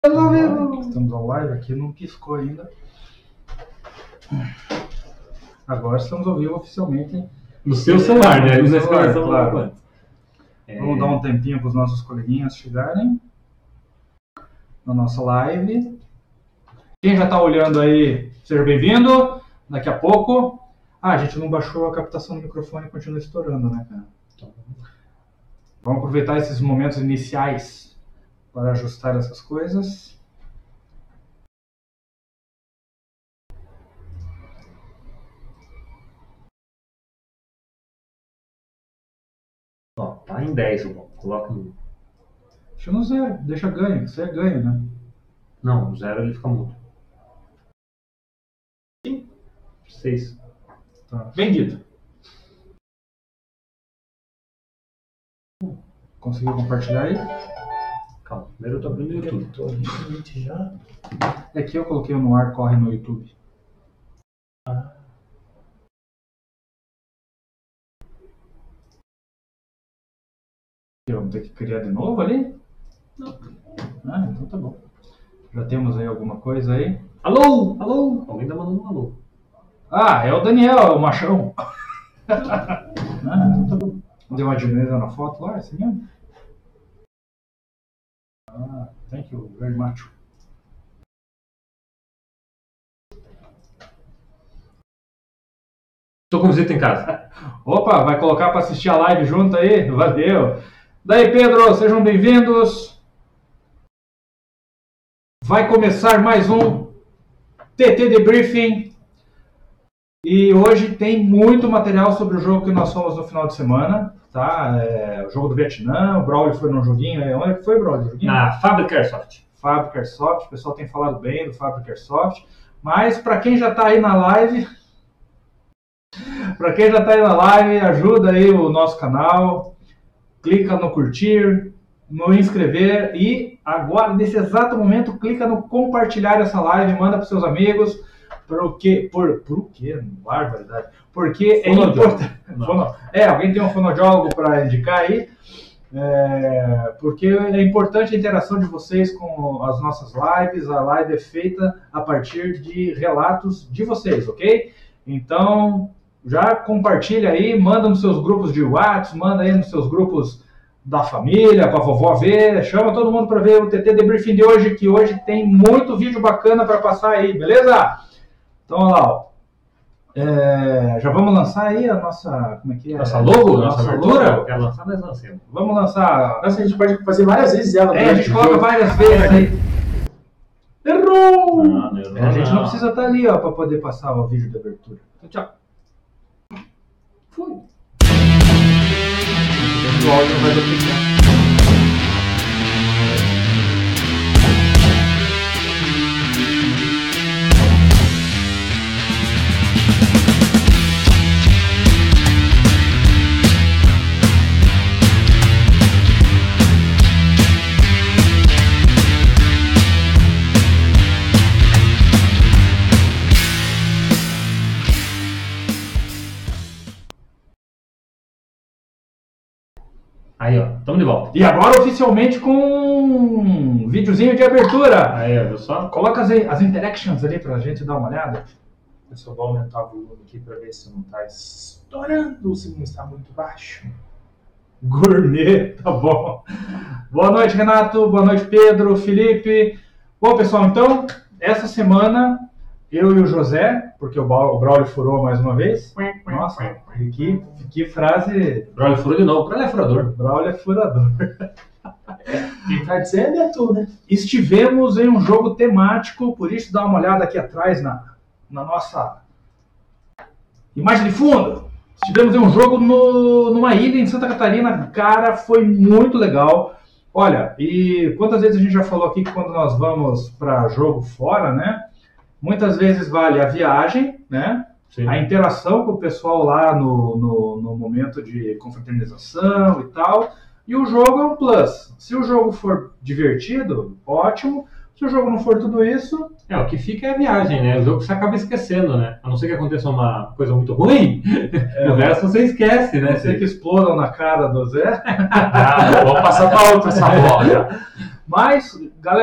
Estamos ao live aqui, não piscou ainda. Agora estamos ao vivo oficialmente. No seu celular, né? No celular, claro. É... Vamos dar um tempinho para os nossos coleguinhas chegarem na nossa live. Quem já está olhando aí, seja bem-vindo. Daqui a pouco... a gente não baixou a captação do microfone e continua estourando, né, cara? Vamos aproveitar esses momentos iniciais para ajustar essas coisas. Ó, tá em 10, coloca em... Deixa no 0, deixa ganho, isso é ganho, né? Não, 0 ele fica mudo. 6. Tá. Vendido. Conseguiu compartilhar aí? Calma, primeiro eu tô abrindo o YouTube. Já. É que eu coloquei no ar, corre no YouTube. Vamos ter que criar de novo ali? Não. Ah, então tá bom. Já temos aí alguma coisa aí? Alô? Alô? Alguém tá mandando um alô. Ah, é o Daniel, é o machão. Então tá bom. Deu uma diminuída na foto lá, é assim mesmo? Ah, thank you very much. Tô com visita em casa. Opa, vai colocar para assistir a live junto aí? Valeu. Daí, Pedro, sejam bem-vindos. Vai começar mais um TT Debriefing. E hoje tem muito material sobre o jogo que nós fomos no final de semana. Tá? O jogo do Vietnã, o Braulio foi num joguinho. Onde é que foi, Braulio? Na Fabric Airsoft. Fabric Airsoft, o pessoal tem falado bem do Fabric Airsoft. Mas para quem já está aí na live... Para quem já está aí na live, ajuda aí o nosso canal, clica no curtir, no inscrever e agora, nesse exato momento, clica no compartilhar essa live, manda para seus amigos, por quê? Barbaridade. Porque é importante... alguém tem um fonoaudiólogo para indicar aí? Porque é importante a interação de vocês com as nossas lives. A live é feita a partir de relatos de vocês, ok? Então... já compartilha aí, manda nos seus grupos de WhatsApp, manda aí nos seus grupos da família, para a vovó ver, chama todo mundo para ver o TT Debriefing de hoje, que hoje tem muito vídeo bacana para passar aí, beleza? Então, olha lá, ó. Já vamos lançar aí a nossa, como é que é? Nossa logo? Nossa abertura? Quero lançar, mas não sei. Vamos lançar... Nossa, a gente pode fazer várias vezes ela. a gente coloca várias vezes aí. Errou! Não, a gente não precisa estar ali, ó, para poder passar o vídeo de abertura. Então, tchau. Foi. O áudio não vai duplicar. Aí, ó, tamo de volta. E agora oficialmente com um videozinho de abertura. Aí, ó, viu só? Coloca as interactions ali pra gente dar uma olhada. Eu só vou aumentar o volume aqui pra ver se não tá estourando, se não está muito baixo. Gourmet, tá bom. Boa noite, Renato. Boa noite, Pedro, Felipe. Bom, pessoal, então, essa semana eu e o José, porque o Braulio furou mais uma vez. Nossa, que frase... Braulio furou de novo. Braulio é furador. Braulio é furador. Quem tá dizendo é tu, né? Estivemos em um jogo temático, por isso dá uma olhada aqui atrás na nossa imagem de fundo. Estivemos em um jogo numa ilha em Santa Catarina. Cara, foi muito legal. Olha, e quantas vezes a gente já falou aqui que quando nós vamos para jogo fora, né? Muitas vezes vale a viagem, né? Sim. A interação com o pessoal lá no momento de confraternização e tal. E o jogo é um plus. Se o jogo for divertido, ótimo. Se o jogo não for tudo isso... o que fica é a viagem, né? O jogo você acaba esquecendo, né? A não ser que aconteça uma coisa muito ruim, o resto você esquece, né? Você que explodam na cara do Zé. Vamos passar para outra essa bola já. Mas, galera,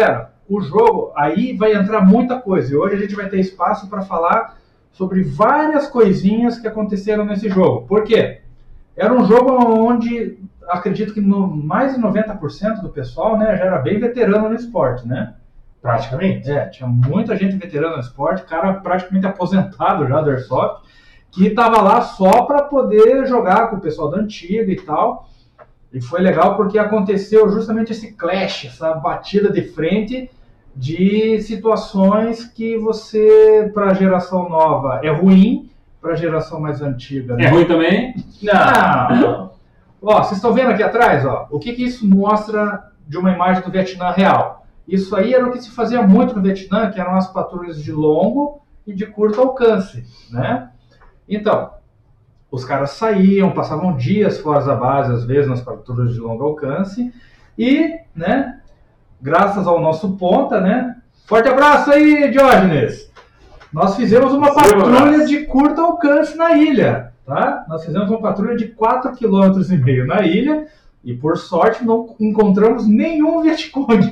o jogo, aí vai entrar muita coisa. E hoje a gente vai ter espaço para falar sobre várias coisinhas que aconteceram nesse jogo. Por quê? Era um jogo onde, acredito que mais de 90% do pessoal, né, já era bem veterano no esporte, né? Praticamente. Tinha muita gente veterana no esporte, cara praticamente aposentado já do Airsoft, que estava lá só para poder jogar com o pessoal da antiga e tal. E foi legal porque aconteceu justamente esse clash, essa batida de frente de situações que você, para a geração nova, é ruim, para a geração mais antiga, né? É ruim também? Não! Ó, vocês estão vendo aqui atrás, ó, o que isso mostra de uma imagem do Vietnã real? Isso aí era o que se fazia muito no Vietnã, que eram as patrulhas de longo e de curto alcance, né? Então, os caras saíam, passavam dias fora da base, às vezes, nas patrulhas de longo alcance, e, né, graças ao nosso ponta, né, forte abraço aí, Diógenes! Nós fizemos uma patrulha de curto alcance na ilha, tá? Nós fizemos uma patrulha de 4,5 km na ilha, e por sorte não encontramos nenhum Vietcong.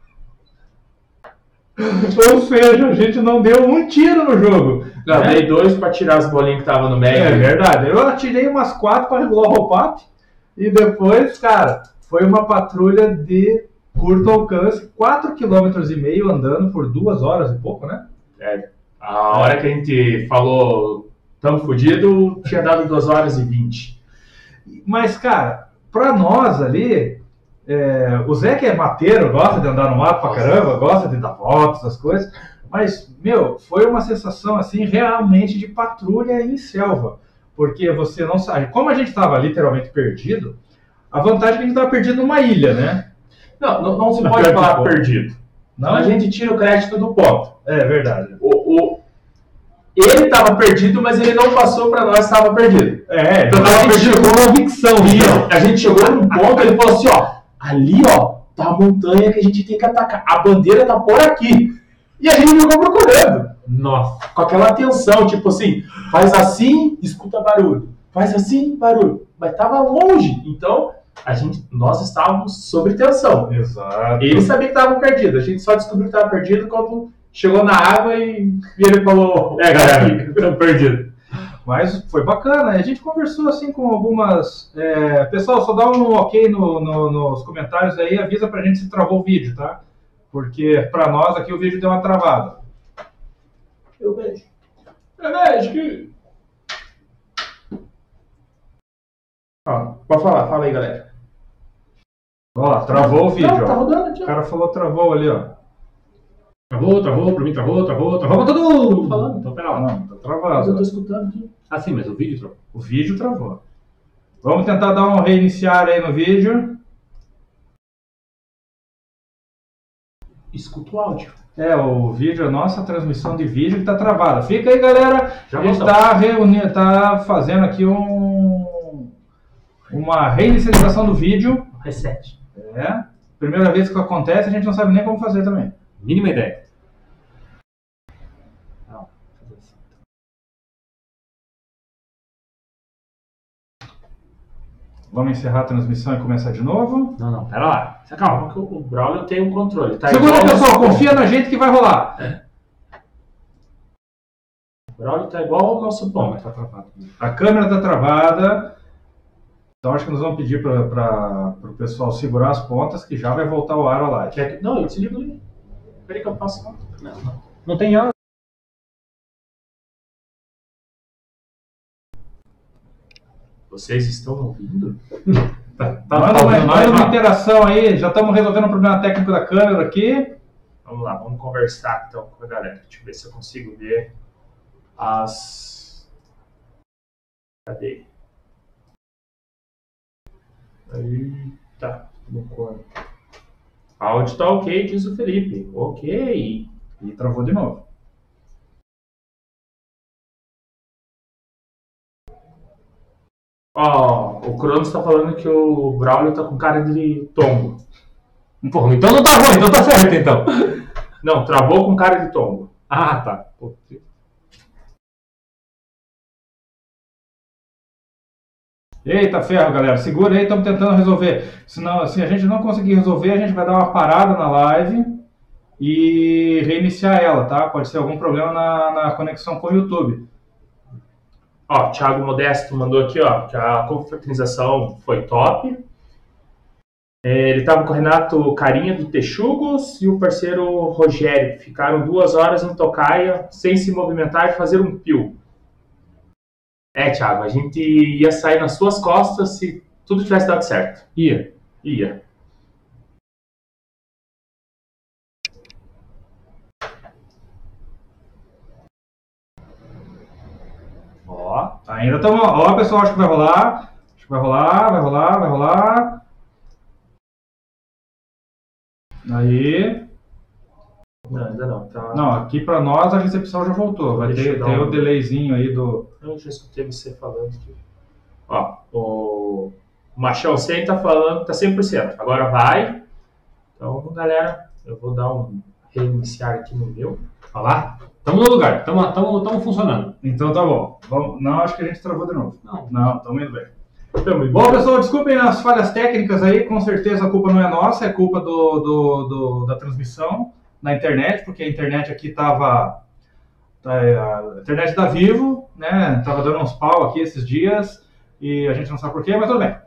Ou seja, a gente não deu um tiro no jogo. Não, dei 2 para tirar as bolinhas que estavam no meio. É verdade. Eu atirei umas 4 para regular o roll-up. E depois, cara, foi uma patrulha de curto alcance, 4,5 km andando por 2 horas e pouco, né? A hora que a gente falou tamo fodido, tinha dado 2 horas e 20. Mas, cara, pra nós ali, o Zé que é mateiro, gosta de andar no mato pra caramba, gosta de dar voltas, essas coisas, mas, meu, foi uma sensação, assim, realmente de patrulha em selva, porque você não sabe, como a gente estava literalmente perdido, a vantagem é que a gente estava perdido numa ilha, né? Não se pode falar perdido. Não? A gente tira o crédito do ponto. É verdade. Ele estava perdido, mas ele não passou para nós que estava perdido. Então a gente chegou com convicção. A gente chegou num ponto, ele falou assim, ó, ali, ó, tá a montanha que a gente tem que atacar. A bandeira tá por aqui. E a gente ficou procurando. Nossa. Com aquela atenção, tipo assim, faz assim, escuta barulho. Faz assim, barulho. Mas tava longe. Então, nós estávamos sob tensão. Exato. Ele sabia que estava perdido. A gente só descobriu que estava perdido quando chegou na água e ele falou... galera, estamos perdidos. Mas foi bacana. A gente conversou assim com algumas... Pessoal, só dá um ok nos comentários aí. Avisa pra gente se travou o vídeo, tá? Porque pra nós aqui o vídeo deu uma travada. Eu vejo que... Pode falar, fala aí, galera. Ó, travou o vídeo, Não, tá ó. rodando aqui, ó. O cara falou travou ali, ó. Travou, pra mim travou pra todo mundo. Tô falando. Então, pera lá. Não, tá Mas travado. eu tô escutando aqui. Ah, sim, mas o vídeo travou. O vídeo travou. Vamos tentar dar um reiniciar aí no vídeo. Escuta o áudio. O vídeo, a nossa transmissão de vídeo que tá travada. Fica aí, galera. Já a gente tá fazendo aqui uma reinicialização do vídeo. Reset. Primeira vez que acontece, a gente não sabe nem como fazer também. Mínima ideia. Vamos encerrar a transmissão e começar de novo. Não, pera lá. Calma que o Braulio tem um controle. Tá Segura, igual pessoal, confia na gente que vai rolar. O Braulio tá igual o nosso pão. Tá travado. A câmera tá travada. Então acho que nós vamos pedir para o pessoal segurar as pontas que já vai voltar ao ar a live. Não, eu desligo ali. Peraí que eu passo lá. Não tem áudio. Vocês estão ouvindo? Manda uma interação aí, já estamos resolvendo o problema técnico da câmera aqui. Vamos lá, vamos conversar então com a galera. Deixa eu ver se eu consigo ver as... Cadê? Aí, tá, no corpo. Áudio tá ok, diz o Felipe. Ok. E travou de novo. Ó, o Cronos tá falando que o Braulio tá com cara de tombo. Porra, então não tá ruim, então tá certo então. Não, travou com cara de tombo. Ah, tá. Pô, Eita ferro, galera. Segura aí, estamos tentando resolver. Senão, se a gente não conseguir resolver, a gente vai dar uma parada na live e reiniciar ela, tá? Pode ser algum problema na conexão com o YouTube. Ó, Thiago Modesto mandou aqui, ó, que a confraternização foi top. Ele estava com o Renato Carinha do Texugos e o parceiro Rogério, que ficaram 2 horas em tocaia, sem se movimentar e fazer um pio. Thiago, a gente ia sair nas suas costas se tudo tivesse dado certo. Ia. Ó, ainda estamos. Ó, pessoal, acho que vai rolar. Vai rolar. Aí. Não, ainda não. Tá... Não, aqui para nós a recepção já voltou. Vai ter o delayzinho aí do. Eu já escutei você falando aqui. Ó, o Machão 100 tá falando que tá 100%. Agora vai. Então, galera, eu vou dar um reiniciar aqui no meu. Olha lá. Estamos no lugar. Estamos funcionando. Então tá bom. Não, acho que a gente travou de novo. Não, estamos indo bem. Bom, pessoal, desculpem as falhas técnicas aí, com certeza a culpa não é nossa, é culpa da transmissão na internet, porque a internet aqui a internet da Vivo, né, tava dando uns pau aqui esses dias, e a gente não sabe porquê, mas tudo bem.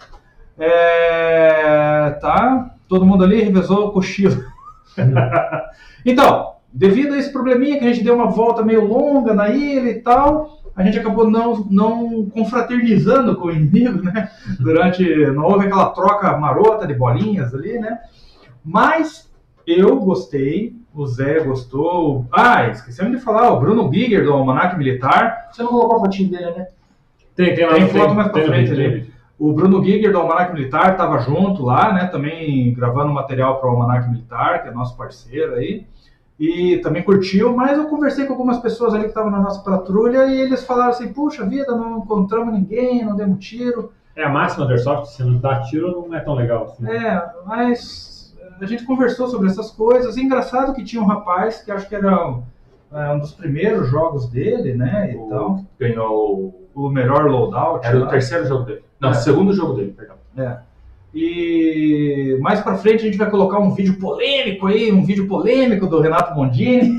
Tá, todo mundo ali revezou o cochilo. Então, devido a esse probleminha que a gente deu uma volta meio longa na ilha e tal, a gente acabou não confraternizando com o inimigo, né? Não houve aquela troca marota de bolinhas ali, né? Mas eu gostei, o Zé gostou. Esquecemos de falar, o Bruno Giger do Almanac Militar. Você não colocou a fotinha dele, né? Tem foto mais pra frente ali. O Bruno Giger do Almanac Militar estava junto lá, né? Também gravando material para o Almanac Militar, que é nosso parceiro aí. E também curtiu, mas eu conversei com algumas pessoas ali que estavam na nossa patrulha e eles falaram assim, puxa vida, não encontramos ninguém, não demos tiro. É a máxima da Airsoft, se não dá tiro não é tão legal assim. Mas a gente conversou sobre essas coisas. Engraçado que tinha um rapaz que acho que era um dos primeiros jogos dele, né? Então, ganhou o melhor loadout. Era o terceiro jogo dele. Não, o segundo jogo dele, perdão. E mais pra frente a gente vai colocar um vídeo polêmico do Renato Mondini.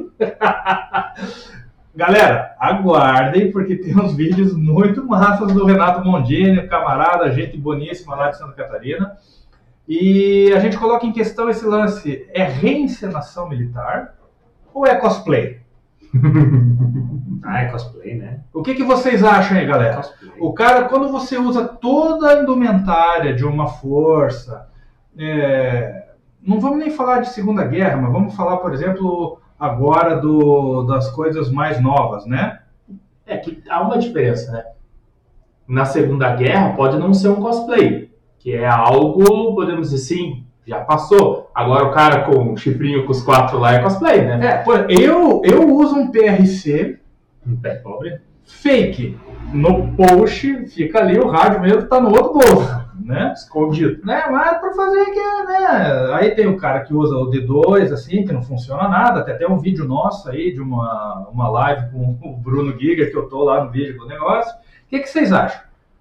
Galera, aguardem, porque tem uns vídeos muito massas do Renato Mondini, camarada, gente boníssima lá de Santa Catarina. E a gente coloca em questão esse lance, é reencenação militar ou é cosplay? É cosplay, né? O que vocês acham aí, galera? Cosplay. O cara, quando você usa toda a indumentária de uma força, não vamos nem falar de Segunda Guerra, mas vamos falar, por exemplo, agora das coisas mais novas, né? Que há uma diferença, né? Na Segunda Guerra pode não ser um cosplay, que é algo, podemos dizer assim, já passou. Agora o cara com o chifrinho com os 4 lá é cosplay, né? Eu uso um PRC Pé pobre. fake. No post fica ali, o rádio mesmo tá no outro bolso, né? Escondido. Né? Mas pra fazer né? Aí tem o cara que usa o D2, assim, que não funciona nada. Até um vídeo nosso aí de uma live com o Bruno Giger, que eu tô lá no vídeo do negócio. O que vocês acham?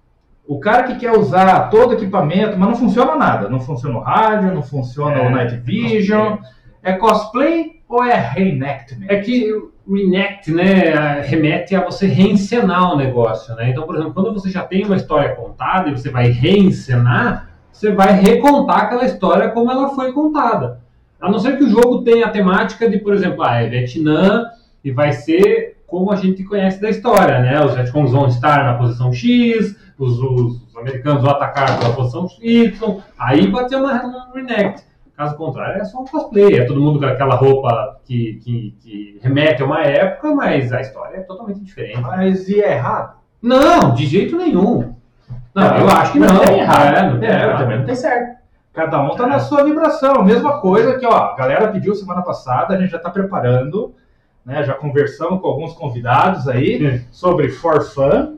O cara que quer usar todo o equipamento, mas não funciona nada. Não funciona o rádio, não funciona o Night Vision. É cosplay ou é reenactment? É que reenact, né, remete a você reencenar o negócio, né? Então, por exemplo, quando você já tem uma história contada e você vai reencenar, você vai recontar aquela história como ela foi contada. A não ser que o jogo tenha a temática de, por exemplo, é Vietnã e vai ser como a gente conhece da história, né? Os Vietcongs vão estar na posição X, os americanos vão atacar pela posição Y, aí pode ser um reenact. Caso contrário, é só um cosplay. É todo mundo com aquela roupa que remete a uma época, mas a história é totalmente diferente. Mas e é errado? Não, de jeito nenhum. Não, eu acho que não. Tem errado. Não tem errado. Também não tem certo. Cada um tá na sua vibração. Mesma coisa que, a galera pediu semana passada, a gente já tá preparando, né? Já conversamos com alguns convidados aí sobre For Fun,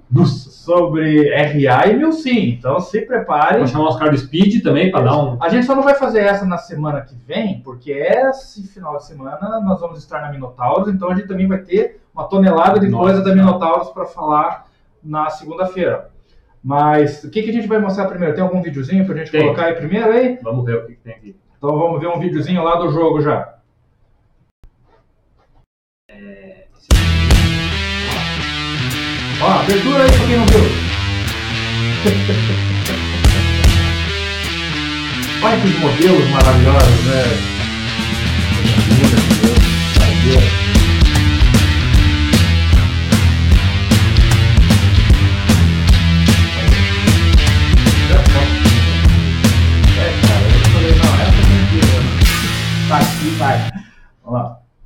sobre RA e Milsim. Então se preparem. Vou chamar os caras do Speed também para dar um. A gente só não vai fazer essa na semana que vem, porque esse final de semana nós vamos estar na Minotauros, então a gente também vai ter uma tonelada de coisa da Minotauros para falar na segunda-feira. Mas o que a gente vai mostrar primeiro? Tem algum videozinho pra gente colocar aí primeiro aí? Vamos ver o que tem aqui. Então vamos ver um videozinho lá do jogo já. Ó, abertura aí pra quem não viu. Olha que modelos maravilhosos, né? Cara, eu falei, não, essa tem que ir. Tá aqui, vai. Vamos lá.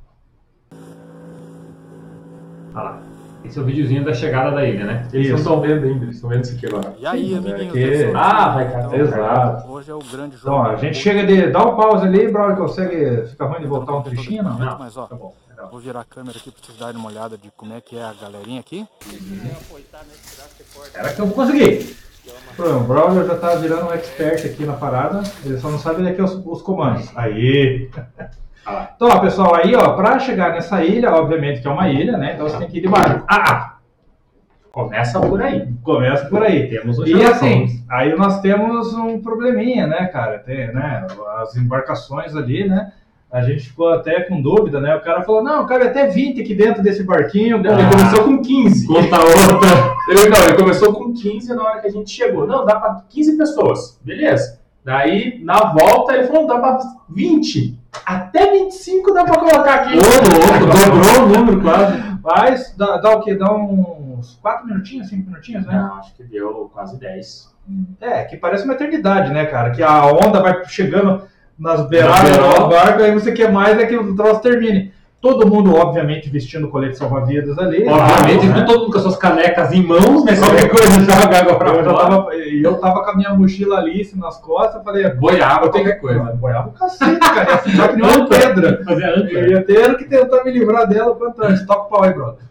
Olha lá. Esse é o videozinho da chegada da ilha, né? Eles não Isso. estão vendo ainda, eles estão vendo isso aqui agora. E aí, Sim, amiguinhos? é que- pessoal? vai, cara. Então, Exato. hoje é o grande jogo. Então, a gente chega de. Dá um pause ali, brother, consegue. Fica ruim de voltar um trechinho, não? Não, mas ó, Tá bom, legal. vou virar a câmera aqui pra vocês darem uma olhada de como é que é a galerinha aqui. Era que eu vou conseguir. Pronto, o browser já tá virando um expert aqui na parada, ele só não sabe daqui os comandos. Aí. Então, ó, pessoal, aí, ó, pra chegar nessa ilha, obviamente que é uma ilha, né? Então você tem que ir de barco. Começa por aí. Começa por aí. Temos o E Sherlock assim, Holmes. aí nós temos um probleminha, né, cara? Tem, né, as embarcações ali, né? A gente ficou até com dúvida, né? O cara falou, não, cabe até 20 aqui dentro desse barquinho. Ele começou com 15. Conta outra. Ele começou com 15 na hora que a gente chegou. Não, dá pra 15 pessoas. Beleza. Daí, na volta, ele falou, dá pra 20. Até 25 dá pra colocar aqui. Ô, louco, dobrou o número quase. Mas dá o quê? Dá uns 4 minutinhos, 5 minutinhos, né? Não, acho que deu quase 10. É, que parece uma eternidade, né, cara? Que a onda vai chegando nas beiradas beirada. do barco, aí você quer mais é que o troço termine. Todo mundo, obviamente, vestindo colete salva-vidas ali. Obviamente, né? todo mundo com as suas canecas em mãos, né? Qualquer coisa joga água pra Eu já fora. eu tava com a minha mochila Alice nas costas, eu falei, Boiava, eu tenho qualquer coisa. Boiava o cacete, cara, ia ficar que nem uma pedra. Fazer a Eu âncora. ia ter que tentar me livrar dela o quanto antes. Toca o pau aí, brother.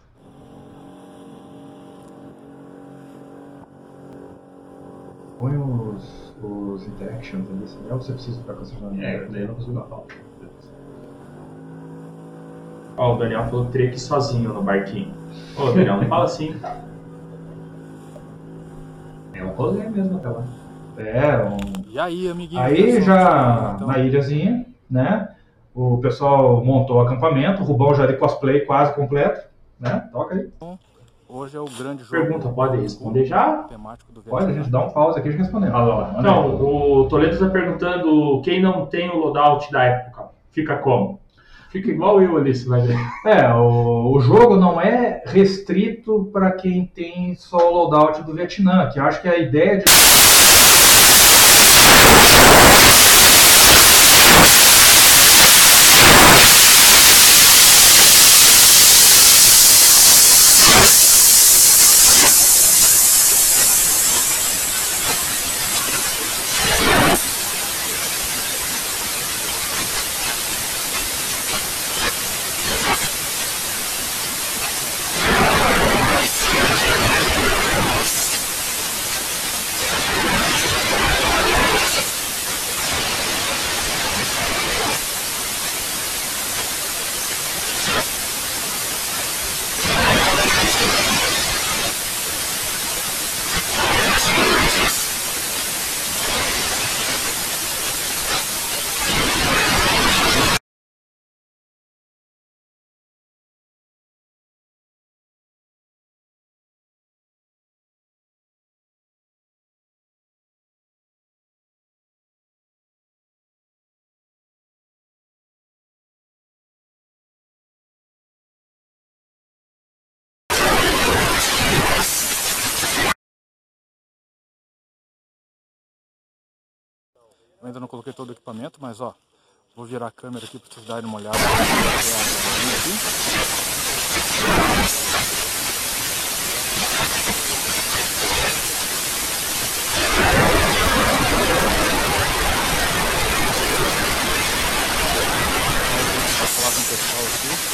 Põe os interactions ali, se não você precisa ficar com essa janela. Daí eu não consigo dar falta. Ó, o Daniel falou que teria que ir sozinho no barquinho. Ô, Daniel, não fala assim. É um rolê mesmo até lá. E aí, amiguinhos? Aí pessoal? já Então, na ilhazinha, né? O pessoal montou o acampamento, o Rubão já de cosplay quase completo, né? Toca aí. hoje é o grande jogo. Pergunta, pode responder já? Temático do Pode, a gente dá um pause aqui e já respondemos. Olha lá. Então, o Toledo está perguntando quem não tem o loadout da época, fica como? Fica igual eu ali, você vai ver. O jogo não é restrito para quem tem só o loadout do Vietnã, que eu acho que a ideia de Eu ainda não coloquei todo o equipamento, mas ó, vou virar a câmera aqui pra vocês darem uma olhada. Vou falar com o pessoal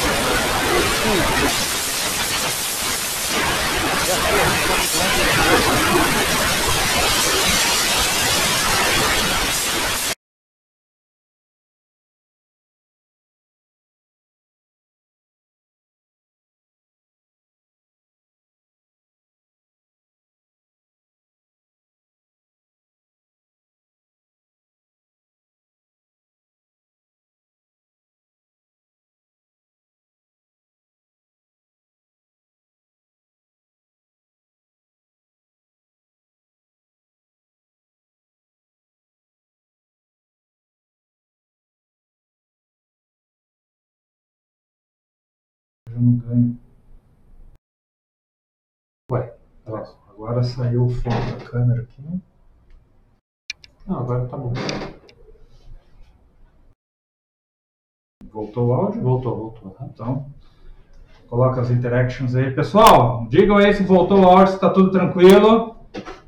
aqui. ganho. Ué, Ó, agora saiu o foco da câmera aqui. não, agora tá bom. Voltou o áudio? Voltou. Uhum. Então, coloca as interactions aí. Pessoal, digam aí se voltou o áudio, se tá tudo tranquilo.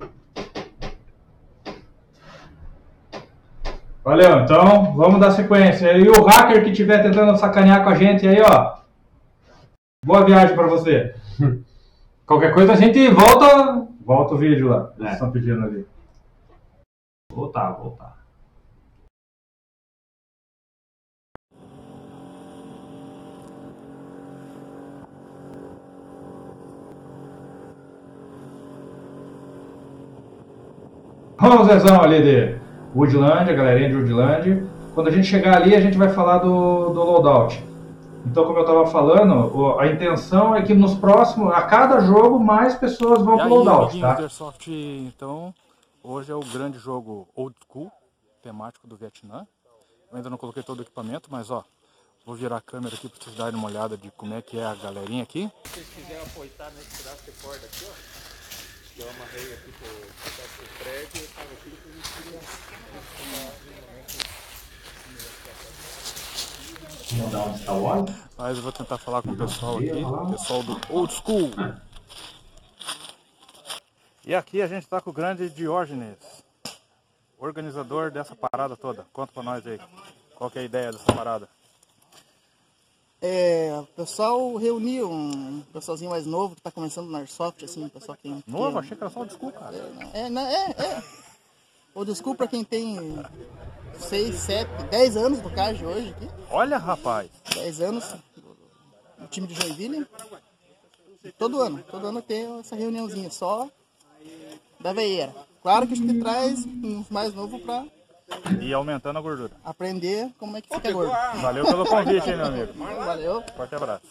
Valeu, então vamos dar sequência. E o hacker que estiver tentando sacanear com a gente aí, ó. Boa viagem pra você. Qualquer coisa a gente volta. Volta o vídeo lá. É. Eles estão pedindo ali. Voltar. Vamos, Zezão, ali de Woodland, a galerinha de Woodland. Quando a gente chegar ali, a gente vai falar do loadout. Então, como eu estava falando, a intenção é que nos próximos, a cada jogo, mais pessoas vão E pro aí, loadout, amiguinhos tá? do Airsoft, então, hoje é o grande jogo Old School, temático do Vietnã. Eu ainda não coloquei todo o equipamento, mas ó, vou virar a câmera aqui para vocês darem uma olhada de como é que é a galerinha aqui. Se vocês quiserem apoiar nesse pedaço de corda aqui, ó, que eu amarrei aqui pro prédio, eu tava aqui que a gente queria Mandar onde está o óleo? Mas eu vou tentar falar com o pessoal aqui, pessoal do Old School. E aqui a gente está com o grande Diógenes, organizador dessa parada toda. Conta pra nós aí, qual que é a ideia dessa parada? O pessoal reuniu um pessoalzinho mais novo que tá começando no Airsoft, assim, o pessoal que tem... Novo? Achei que era só Old School, cara. Old School pra quem tem 6, 7, 10 anos do CARG hoje aqui. Olha, rapaz. 10 anos no time de Joinville. E todo ano tem essa reuniãozinha só da veieira. Claro que a gente traz uns mais novos pra E aumentando a gordura. aprender como é que fica gordo. Valeu pelo convite, hein, meu amigo. Valeu. Forte abraço.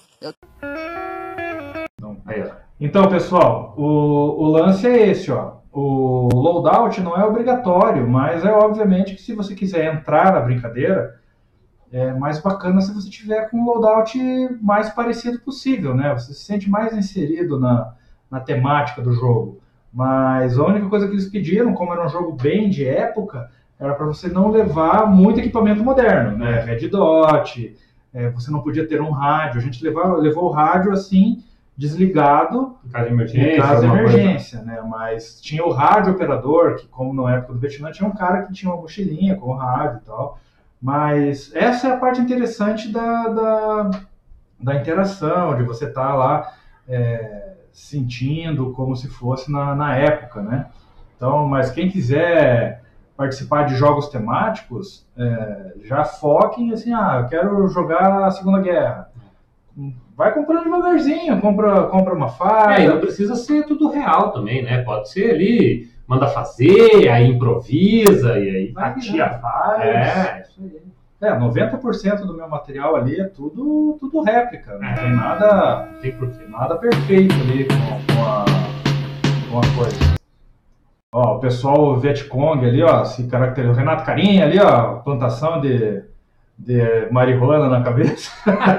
Aí, ó. Então, pessoal, o lance é esse, ó. O loadout não é obrigatório, mas é obviamente que se você quiser entrar na brincadeira, é mais bacana se você tiver com o loadout mais parecido possível, né? Você se sente mais inserido na temática do jogo. Mas a única coisa que eles pediram, como era um jogo bem de época, era para você não levar muito equipamento moderno, né? Red Dot, você não podia ter um rádio. A gente levou o rádio assim, desligado, Em caso de emergência. em caso de alguma coisa. emergência, né? Mas tinha o rádio operador, que como na época do Vietnã tinha um cara que tinha uma mochilinha com o rádio e tal. Mas essa é a parte interessante da interação, de você estar lá sentindo como se fosse na época, né? Então, mas quem quiser participar de jogos temáticos, já foquem assim, eu quero jogar a Segunda Guerra. Vai comprando devagarzinho, compra uma E farda. não precisa ser tudo real também, né? Pode ser ali, manda fazer, aí improvisa, e aí A vai tia virando. faz. Isso aí. 90% do meu material ali é tudo réplica. Não tem nada, Não tem porquê. nada perfeito ali com a coisa. Ó, o pessoal Vietcong ali, ó, se caracterizou. Renato Carinha ali, ó, plantação de marihuana na cabeça.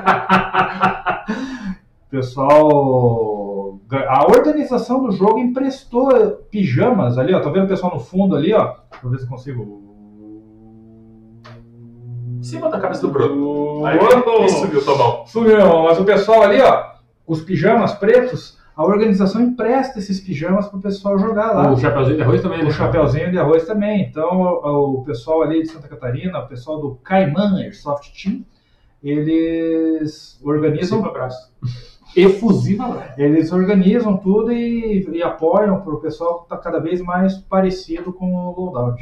Pessoal, a organização do jogo emprestou pijamas ali, ó. Tá vendo o pessoal no fundo ali, ó? Deixa eu ver se eu consigo. Em cima da cabeça do Bruno. Aí, Uou! isso, viu, Tomão. Sumiu, mas o pessoal ali, ó, os pijamas pretos, a organização empresta esses pijamas pro pessoal jogar lá. O chapeuzinho de arroz também, né? O chapeuzinho de arroz também. Então, o pessoal ali de Santa Catarina, o pessoal do Caiman Airsoft Team, eles organizam, abraço. Efusiva. eles organizam tudo e apoiam para o pessoal estar cada vez mais parecido com o loadout.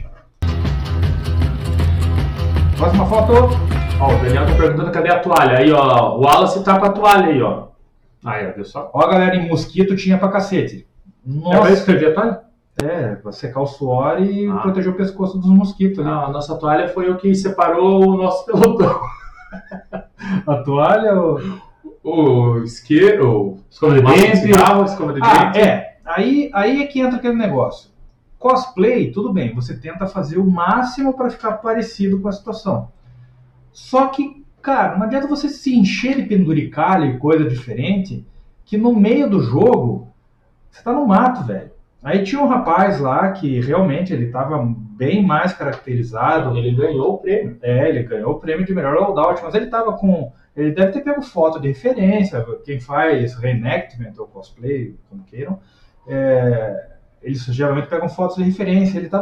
Próxima foto. Ó, o Daniel tá perguntando cadê a toalha. Aí, ó, o Wallace tá com a toalha aí, ó. Aí, ó, viu só? Ó, a galera, em mosquito tinha pra cacete. É pra isso que Nossa, eu toalha? pra secar o suor e Ah. proteger o pescoço dos mosquitos ali. A nossa toalha foi o que separou o nosso pelotão. A toalha, O isqueiro, Escova de dente. cigarro, escova de dente. Aí é que entra aquele negócio. Cosplay, tudo bem, você tenta fazer o máximo para ficar parecido com a situação. Só que cara, não adianta você se encher de penduricalho e coisa diferente, que no meio do jogo, você tá no mato, velho. Aí tinha um rapaz lá que realmente ele tava bem mais caracterizado. Ele ganhou o prêmio. Ele ganhou o prêmio de melhor loadout, mas ele tava com... Ele deve ter pego foto de referência, quem faz reenactment ou cosplay, como queiram, eles geralmente pegam fotos de referência, ele tava...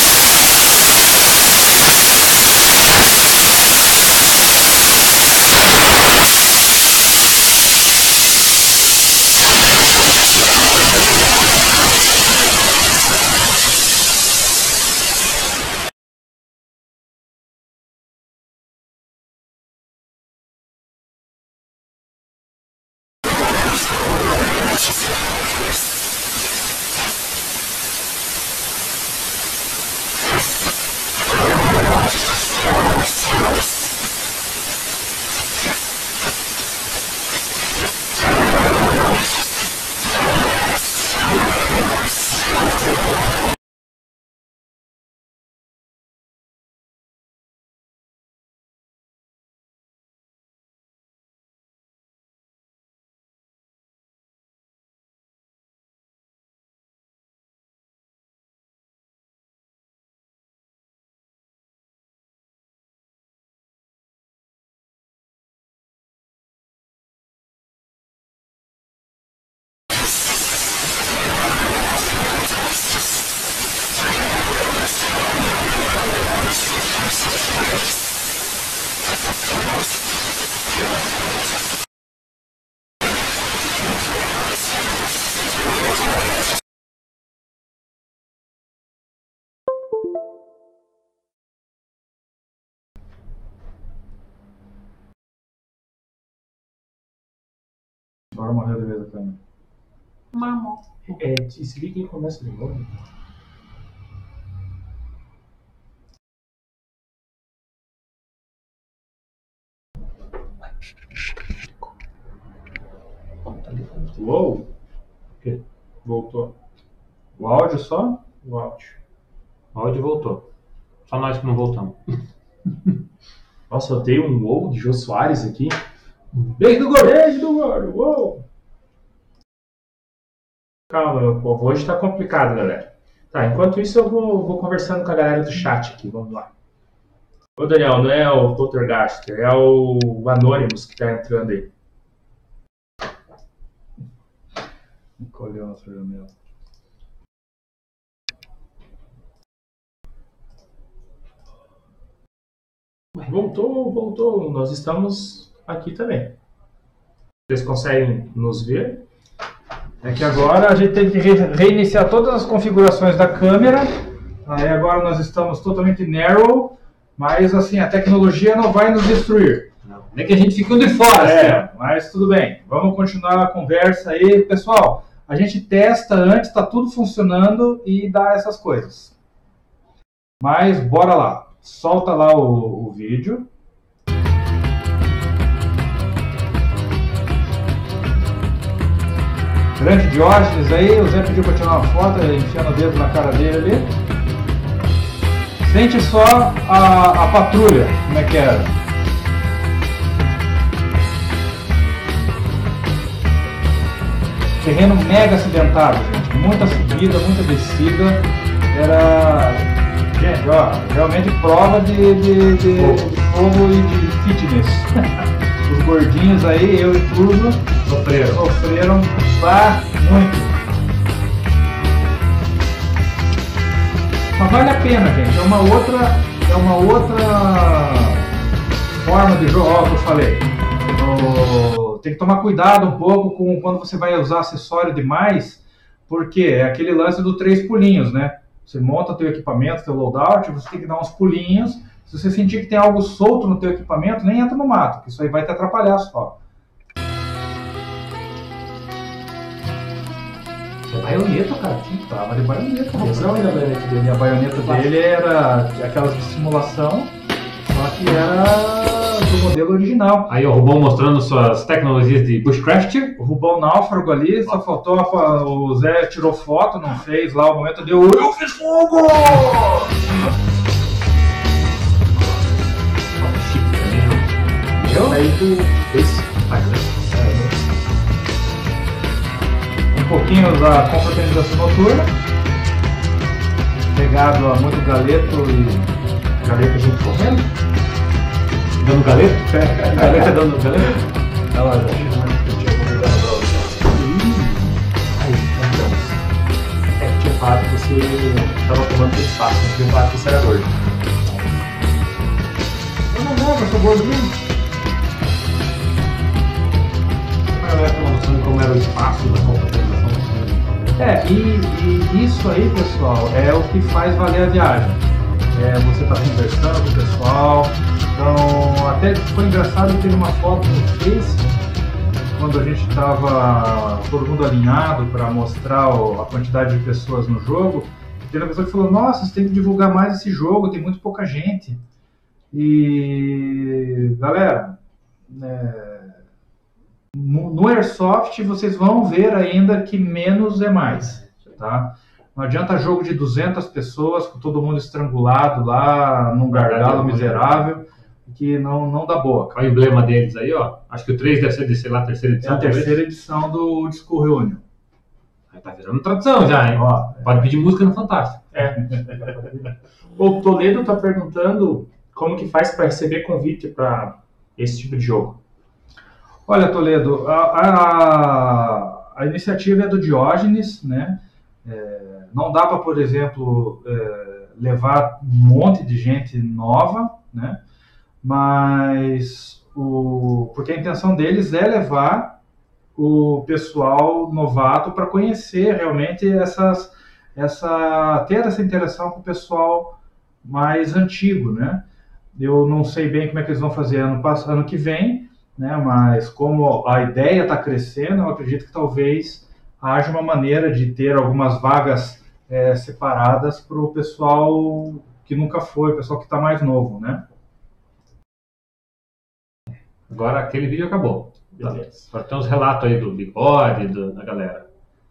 Agora morreu de vez a câmera. Desliga e começa de novo. Uou! O quê? Voltou. O áudio só? O áudio. O áudio voltou. Só nós que não voltamos. Nossa, eu dei um wow de Jô Soares aqui. Beijo do gordo! Beijo do gordo! Uou! Calma, povo, hoje tá complicado, galera. Tá, enquanto isso eu vou conversando com a galera do chat aqui, vamos lá. Ô Daniel, não é o Poltergaster, é o Anonymous que tá entrando aí. Encolheu na sua janela. Voltou, nós estamos aqui também. Vocês conseguem nos ver? É que agora a gente teve que reiniciar todas as configurações da câmera. Aí agora nós estamos totalmente narrow, mas assim, a tecnologia não vai nos destruir. Não é que a gente fica de fora. Mas tudo bem. Vamos continuar a conversa aí. Pessoal, a gente testa antes, tá tudo funcionando e dá essas coisas. Mas bora lá. Solta lá o vídeo. Grande Diógenes aí, o Zé pediu pra tirar uma foto, enfiando o dedo na cara dele ali. Sente só a patrulha, como é que era. Terreno mega acidentado, gente. Muita subida, muita descida. Era... Gente, ó, realmente prova de fogo e de fitness. Os gordinhos aí, eu incluso, sofreram muito. Mas vale a pena, gente. É uma outra forma de jogo, ó, que eu falei. Tem que tomar cuidado um pouco com quando você vai usar acessório demais, porque é aquele lance do 3 pulinhos, né? Você monta teu equipamento, teu loadout, você tem que dar uns pulinhos. Se você sentir que tem algo solto no teu equipamento, nem entra no mato, que isso aí vai te atrapalhar só. É baioneta, cara. Tava de baioneta. Não, ainda baioneta dele. E a baioneta dele era aquelas de simulação, só que era do modelo original. Aí o Rubão mostrando suas tecnologias de bushcraft. O Rubão náufrago ali, só faltou, o Zé tirou foto, não fez lá o momento, deu eu fiz fogo! aí do esse. Um pouquinho da confraternização noturna, pegado a muito galeto e Galeta, gente correndo. Dando galeto? galeta dando galeta. Olha lá, já fiz mais que eu tinha convidado pra você. Aí, então. É, tinha falado que você estava tomando espaço, não tinha falado que você era gordo. Eu não sou gordo mesmo. A galera tem uma noção de como era o espaço da confraternização. E isso aí, pessoal, é o que faz valer a viagem. Você está conversando com o pessoal. Então, até foi engraçado que teve uma foto no Face, quando a gente estava todo mundo alinhado para mostrar a quantidade de pessoas no jogo. Teve uma pessoa que falou: nossa, você tem que divulgar mais esse jogo, tem muito pouca gente. E, galera, no Airsoft vocês vão ver ainda que menos é mais, tá? Não adianta jogo de 200 pessoas com todo mundo estrangulado lá num gargalo miserável, que não dá boa. Olha o emblema deles aí, ó. Acho que o 3 deve ser de, sei lá, a terceira É edição. a terceira edição do Old School Reunion. Aí tá virando tradição já, hein? Ó, Pode pedir música no Fantástico. O Toledo está perguntando como que faz para receber convite para esse tipo de jogo. olha, Toledo, a iniciativa é do Diógenes, né? Não dá para, por exemplo, levar um monte de gente nova, né? Mas porque a intenção deles é levar o pessoal novato para conhecer realmente ter essa interação com o pessoal mais antigo, né? Eu não sei bem como é que eles vão fazer ano que vem, né? Mas como a ideia está crescendo, eu acredito que talvez haja uma maneira de ter algumas vagas separadas para o pessoal que nunca foi, o pessoal que está mais novo, né? Agora aquele vídeo acabou. Beleza. Agora tem uns relatos aí do Bigode, da galera.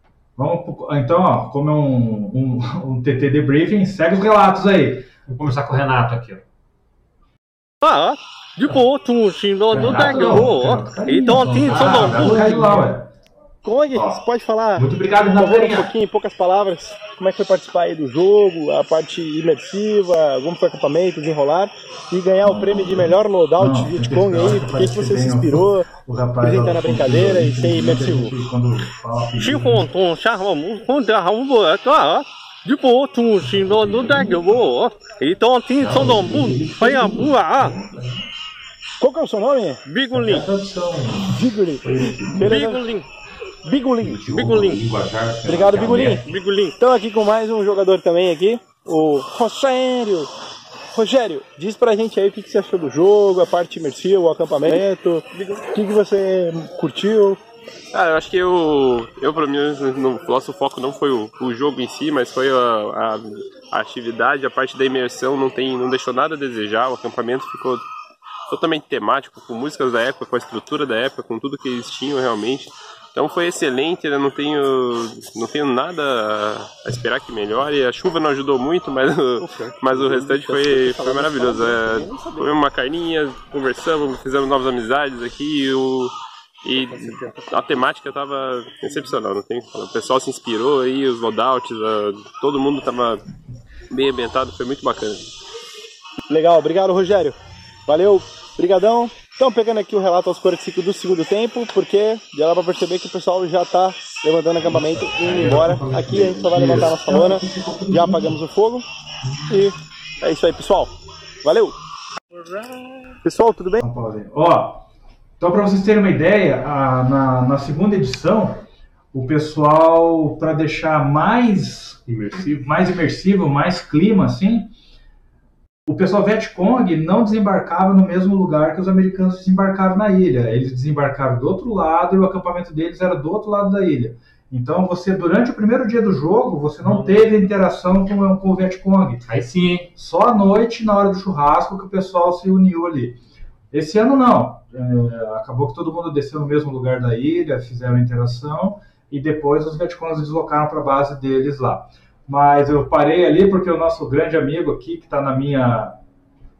Então, ó, como é um TT debriefing, segue os relatos aí. Vamos começar com o Renato aqui, ó. 啊，如果同行都带给我，então tem só não. Caiu lá, ué. Como é que você pode falar, Muito obrigado, por favor, um Renato. pouquinho, em poucas palavras, como é que foi participar aí do jogo, a parte imersiva, como foi o acampamento, desenrolar, e ganhar o prêmio de melhor loadout de Vietcong aí, por que você se inspirou, apresentar na brincadeira e ser imersivo? 去活动下我们混的好不啊？如果同行都带给我，então tem só não foi a boa. Qual que é o seu nome? Bigolin, Bigoli. Beleza? Bigolin, Bigolin. Bigolin, Obrigado, Bigolin. Bigolin. Estamos aqui com mais um jogador também aqui, o Rogério. Rogério, diz pra gente aí o que você achou do jogo, a parte imersiva, o acampamento, o que você curtiu. Cara, eu acho que pra mim, o nosso foco não foi o jogo em si, mas foi a atividade, a parte da imersão não deixou nada a desejar. O acampamento ficou totalmente temático, com músicas da época, com a estrutura da época, com tudo que eles tinham realmente. Então foi excelente, eu não tenho nada a esperar que melhore. A chuva não ajudou muito, mas o restante foi maravilhoso. Comemos uma carninha, conversamos, fizemos novas amizades aqui e a temática estava excepcional, não tem o que falar. O pessoal se inspirou aí, os loadouts, todo mundo estava bem ambientado, foi muito bacana. Legal, obrigado, Rogério. Valeu, brigadão. Então, pegando aqui o relato aos 45 do segundo tempo, porque já dá pra perceber que o pessoal já tá levantando acampamento e indo embora. Aqui a gente só vai levantar a nossa lona, já apagamos o fogo e é isso aí, pessoal. Valeu! Pessoal, tudo bem? Ó, então para vocês terem uma ideia, na segunda edição, o pessoal, para deixar mais imersivo, mais clima, assim, o pessoal Vietcong não desembarcava no mesmo lugar que os americanos desembarcaram na ilha. Eles desembarcaram do outro lado e o acampamento deles era do outro lado da ilha. Então, durante o primeiro dia do jogo, você não teve interação com o Vietcong. Aí sim, hein? Só à noite, na hora do churrasco, que o pessoal se uniu ali. Esse ano não. Acabou que todo mundo desceu no mesmo lugar da ilha, fizeram interação e depois os Vietcongs deslocaram para a base deles lá. Mas eu parei ali porque o nosso grande amigo aqui, que está na minha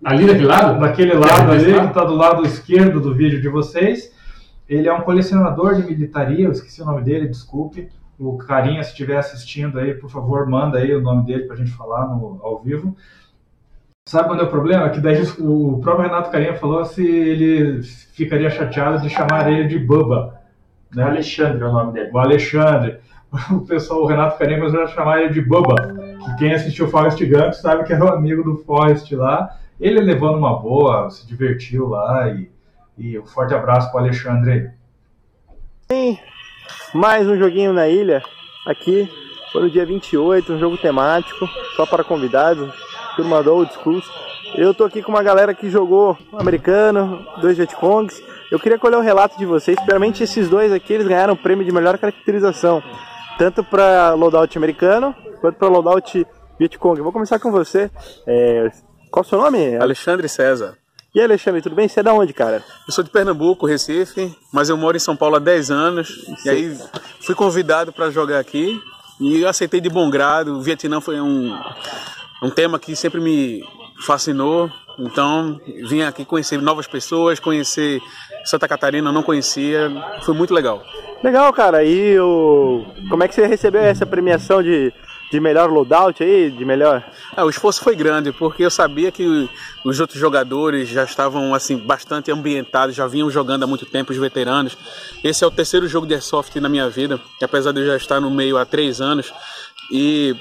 Ali daquele lado? Daquele lado ali, lado? que está do lado esquerdo do vídeo de vocês. Ele é um colecionador de militaria, eu esqueci o nome dele, desculpe. O carinha, se estiver assistindo aí, por favor, manda aí o nome dele pra gente falar ao vivo. Sabe quando é o problema? Que daí o próprio Renato Carinha falou se ele ficaria chateado de chamar ele de Bubba. Né? O Alexandre é o nome dele. O Alexandre. O Renato Carinha começou a chamar ele de Bubba. Que quem assistiu Forrest Gump sabe que era o amigo do Forrest lá. Ele levou numa boa, se divertiu lá e um forte abraço pro Alexandre aí. Tem mais um joguinho na ilha, aqui, foi no dia 28, um jogo temático, só para convidados, turma do Old Schools. Eu tô aqui com uma galera que jogou americano, 2 Vietcongs. Eu queria colher o relato de vocês, primeiramente esses dois aqui, eles ganharam o prêmio de melhor caracterização, tanto para loadout americano, quanto para loadout Vietcong. Eu vou começar com você, qual o seu nome? Alexandre César. E aí, Alexandre, tudo bem? Você é da onde, cara? Eu sou de Pernambuco, Recife, mas eu moro em São Paulo há 10 anos. E aí fui convidado para jogar aqui e eu aceitei de bom grado. O Vietnã foi um tema que sempre me fascinou. Então vim aqui conhecer novas pessoas, conhecer Santa Catarina, eu não conhecia. Foi muito legal. Legal, cara. E como é que você recebeu essa premiação de melhor loadout aí, de melhor... O esforço foi grande, porque eu sabia que os outros jogadores já estavam assim, bastante ambientados, já vinham jogando há muito tempo, os veteranos. Esse é o terceiro jogo de Airsoft na minha vida, apesar de eu já estar no meio há 3 anos. E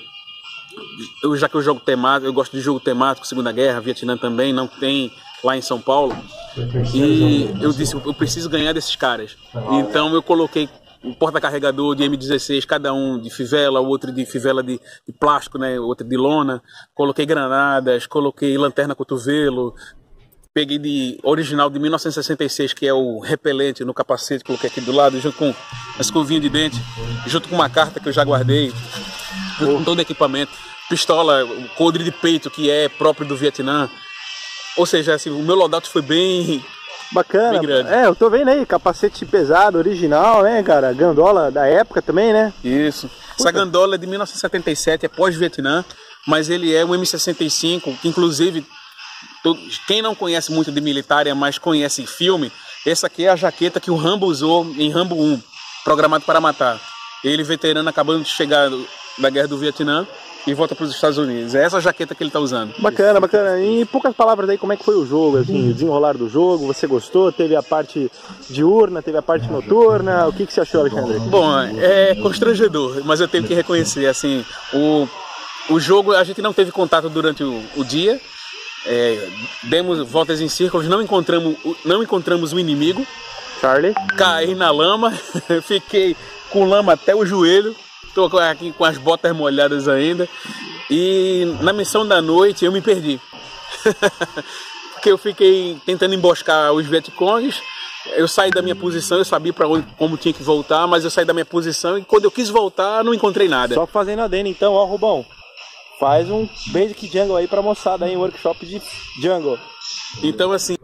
já que eu jogo temático, eu gosto de jogo temático, Segunda Guerra, Vietnã também, não tem lá em São Paulo. E eu disse, eu preciso ganhar desses caras. Então eu coloquei um porta-carregador de M16, cada um de fivela, o outro de fivela de plástico, né, outro de lona. Coloquei granadas, coloquei lanterna cotovelo, peguei de original de 1966, que é o repelente no capacete, coloquei aqui do lado, junto com a escovinha de dente, junto com uma carta que eu já guardei, junto com todo o equipamento, pistola, coldre de peito, que é próprio do Vietnã. Ou seja, assim, o meu loadout foi bem... Bacana, eu tô vendo aí, capacete pesado, original, né, cara, gandola da época também, né? Isso, essa gandola é de 1977, é pós-Vietnã, mas ele é um M65, que inclusive, quem não conhece muito de militar, mas conhece filme, essa aqui é a jaqueta que o Rambo usou em Rambo 1, Programado para Matar. Ele, veterano, acabando de chegar da Guerra do Vietnã, e volta para os Estados Unidos. É essa jaqueta que ele está usando. Bacana, bacana. E em poucas palavras aí, como é que foi o jogo, assim, o desenrolar do jogo? Você gostou? Teve a parte diurna, teve a parte noturna? O que você achou, Alexandre? Bom, é constrangedor, mas eu tenho que reconhecer, assim, o jogo a gente não teve contato durante o dia, demos voltas em círculos, não encontramos o inimigo. Charlie? Caí na lama, fiquei com lama até o joelho. Estou aqui com as botas molhadas ainda. E na missão da noite eu me perdi. Porque eu fiquei tentando emboscar os Vietcongs. Eu saí da minha posição, eu sabia como tinha que voltar, mas eu saí da minha posição e quando eu quis voltar não encontrei nada. Só fazendo adendo então, ó, Rubão. Faz um Basic Jungle aí pra moçada aí, um workshop de Jungle. Então assim...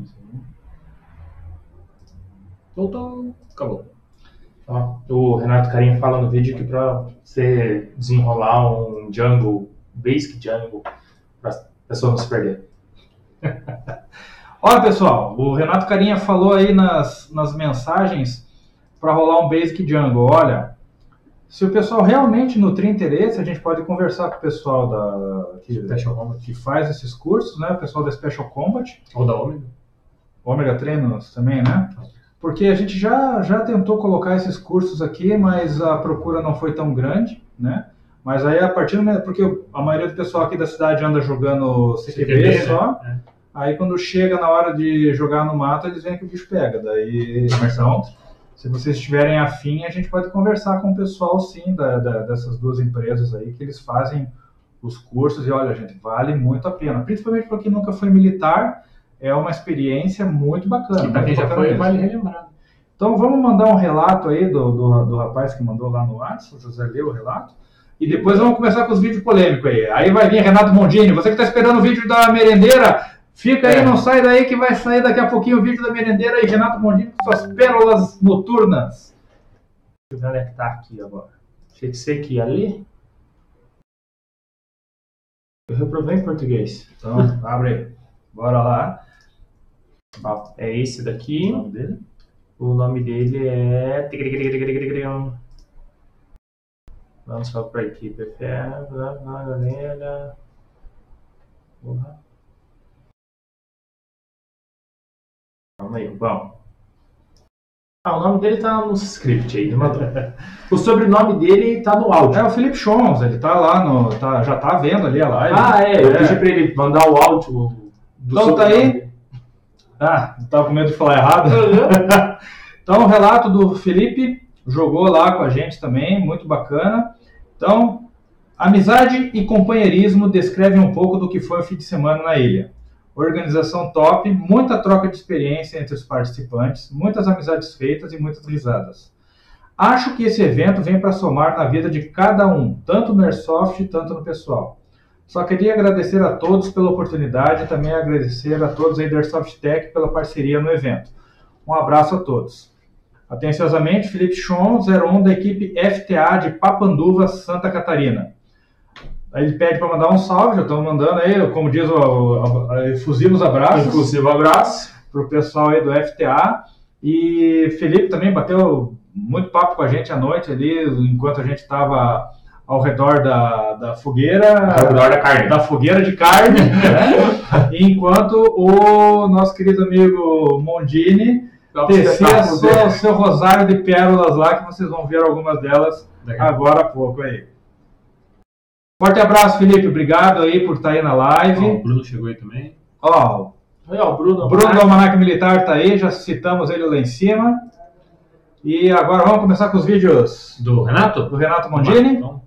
Voltou, acabou. O Renato Carinha fala no vídeo que para você desenrolar um jungle, basic jungle, para a pessoa não se perder. Olha, pessoal, o Renato Carinha falou aí nas mensagens para rolar um basic jungle. Olha, se o pessoal realmente nutrir interesse, a gente pode conversar com o pessoal que faz esses cursos, né? O pessoal da Special Combat. Ou da Omega. Omega Treinos também, né? Porque a gente já tentou colocar esses cursos aqui, mas a procura não foi tão grande, né? Mas aí a partir do momento, porque a maioria do pessoal aqui da cidade anda jogando CQB só, né? Aí quando chega na hora de jogar no mato, eles veem que o bicho pega. Daí, então, se vocês estiverem afim, a gente pode conversar com o pessoal, sim, dessas duas empresas aí, que eles fazem os cursos. E olha, gente, vale muito a pena. Principalmente para quem nunca foi militar, é uma experiência muito bacana. E para quem já foi, vale relembrar. Então vamos mandar um relato aí do rapaz que mandou lá no WhatsApp, o José leu o relato. E depois vamos começar com os vídeos polêmicos aí. Aí vai vir Renato Mondini. Você que está esperando o vídeo da merendeira, fica aí, não sai daí que vai sair daqui a pouquinho o vídeo da merendeira e Renato Mondini com suas pérolas noturnas. Deixa eu conectar aqui agora. Achei que você que ia ali. Eu reprovei em português. Então, abre aí. Bora lá. Ó, é esse daqui. O nome dele? O nome dele é... Vamos só para a equipe. Galera. Porra. Calma aí, bom. O nome dele tá no script aí. O sobrenome dele tá no áudio. É o Felipe Chons, ele tá lá no... já tá vendo ali a live. Eu pedi pra ele mandar o áudio do então tá aí. Tava com medo de falar errado. Então o relato do Felipe, jogou lá com a gente também, muito bacana. Então, amizade e companheirismo descrevem um pouco do que foi o fim de semana na ilha. Organização top, muita troca de experiência entre os participantes, muitas amizades feitas e muitas risadas. Acho que esse evento vem para somar na vida de cada um, tanto no Airsoft, tanto no pessoal. Só queria agradecer a todos pela oportunidade e também agradecer a todos aí da Airsoft Tech pela parceria no evento. Um abraço a todos. Atenciosamente, Felipe Chon, 01 da equipe FTA de Papanduva, Santa Catarina. Aí ele pede para mandar um salve, já estamos mandando aí, como diz efusivos abraços. Inclusive abraço. Para o pessoal aí do FTA. E Felipe também bateu muito papo com a gente à noite ali, enquanto a gente estava ao redor da fogueira. Ao redor da carne. Da fogueira de carne. Né? Enquanto o nosso querido amigo Mondini tecia seu rosário de pérolas lá, que vocês vão ver algumas delas agora há pouco aí. Forte abraço, Felipe. Obrigado aí por estar aí na live. O Bruno chegou aí também. O Bruno do Almanac Militar está aí, já citamos ele lá em cima. E agora vamos começar com os vídeos do Renato? Do Renato Mondini. Então.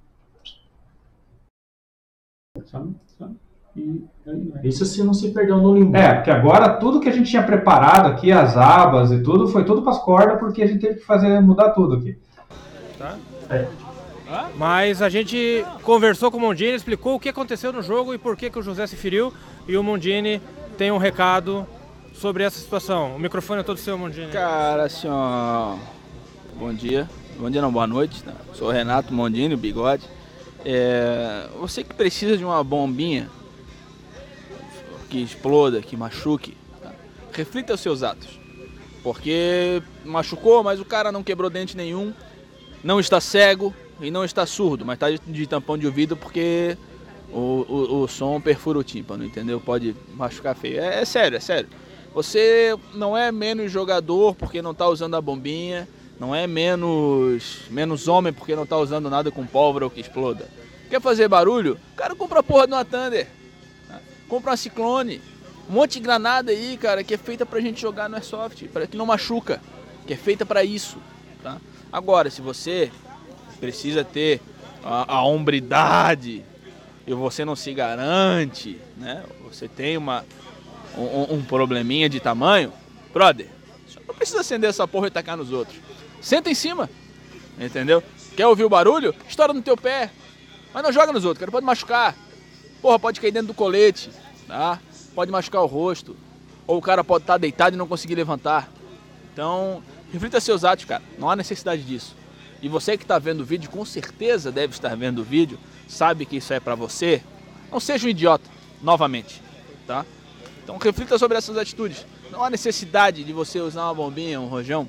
Isso se não se perdeu no limbo. Porque agora tudo que a gente tinha preparado aqui, as abas e tudo, foi tudo para as cordas, porque a gente teve que mudar tudo aqui. Tá? Mas a gente conversou com o Mondini, explicou o que aconteceu no jogo e por que o José se feriu. E o Mondini tem um recado sobre essa situação. O microfone é todo seu, Mondini. Cara, assim, ó... Bom dia. Bom dia não, boa noite. Né? Sou o Renato Mondini, o Bigode. Você que precisa de uma bombinha que exploda, que machuque, tá? Reflita os seus atos. Porque machucou, mas o cara não quebrou dente nenhum, não está cego e não está surdo, mas está de tampão de ouvido porque o som perfura o tímpano, entendeu? Pode machucar feio. É sério, é sério. Você não é menos jogador porque não está usando a bombinha, não é menos homem porque não está usando nada com pólvora ou que exploda. Quer fazer barulho? O cara compra a porra de uma Thunder, tá? Compra uma Ciclone, um monte de granada aí, cara, que é feita pra gente jogar no Airsoft, para que não machuca, que é feita para isso, tá? Agora, se você precisa ter a hombridade e você não se garante, né? Você tem um probleminha de tamanho, brother, você não precisa acender essa porra e tacar nos outros. Senta em cima, entendeu? Quer ouvir o barulho? Estoura no teu pé. Mas não joga nos outros, cara, pode machucar. Porra, pode cair dentro do colete, tá? Pode machucar o rosto. Ou o cara pode estar deitado e não conseguir levantar. Então, reflita seus atos, cara. Não há necessidade disso. E você que está vendo o vídeo, com certeza deve estar vendo o vídeo, sabe que isso é pra você. Não seja um idiota, novamente, tá? Então reflita sobre essas atitudes. Não há necessidade de você usar uma bombinha, um rojão,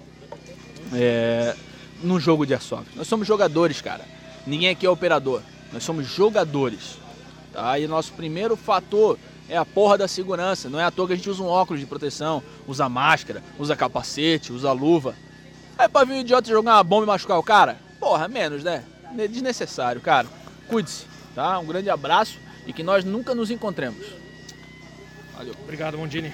num jogo de airsoft. Nós somos jogadores, cara. Ninguém aqui é operador. Nós somos jogadores, tá? E nosso primeiro fator é a porra da segurança. Não é à toa que a gente usa um óculos de proteção, usa máscara, usa capacete, usa luva. Aí pra vir um idiota jogar uma bomba e machucar o cara? Porra, menos, né? Desnecessário, cara. Cuide-se, tá? Um grande abraço e que nós nunca nos encontremos. Valeu. Obrigado, Mondini.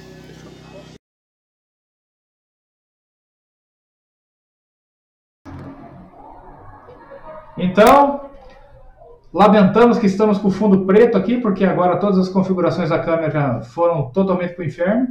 Então, lamentamos que estamos com o fundo preto aqui, porque agora todas as configurações da câmera foram totalmente para o inferno.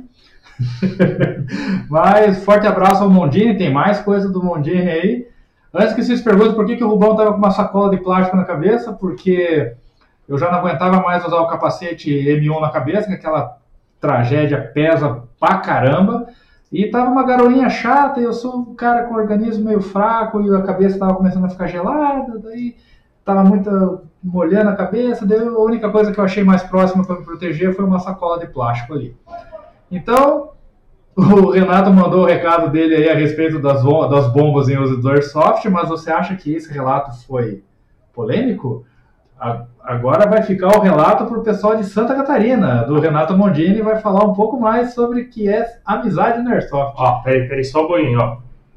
Mas forte abraço ao Mondini, tem mais coisa do Mondini aí. Antes que vocês perguntem por que o Rubão estava com uma sacola de plástico na cabeça, porque eu já não aguentava mais usar o capacete M1 na cabeça, que aquela tragédia pesa pra caramba. E tava uma garoinha chata, e eu sou um cara com o organismo meio fraco, e a cabeça tava começando a ficar gelada, daí tava molhando a cabeça, a única coisa que eu achei mais próxima para me proteger foi uma sacola de plástico ali. Então, o Renato mandou o recado dele aí a respeito das bombas em uso do Airsoft, mas você acha que esse relato foi polêmico? Agora vai ficar o relato para o pessoal de Santa Catarina, do Renato Mondini, vai falar um pouco mais sobre o que é amizade no Airsoft. Ó, peraí só um pouquinho, ó.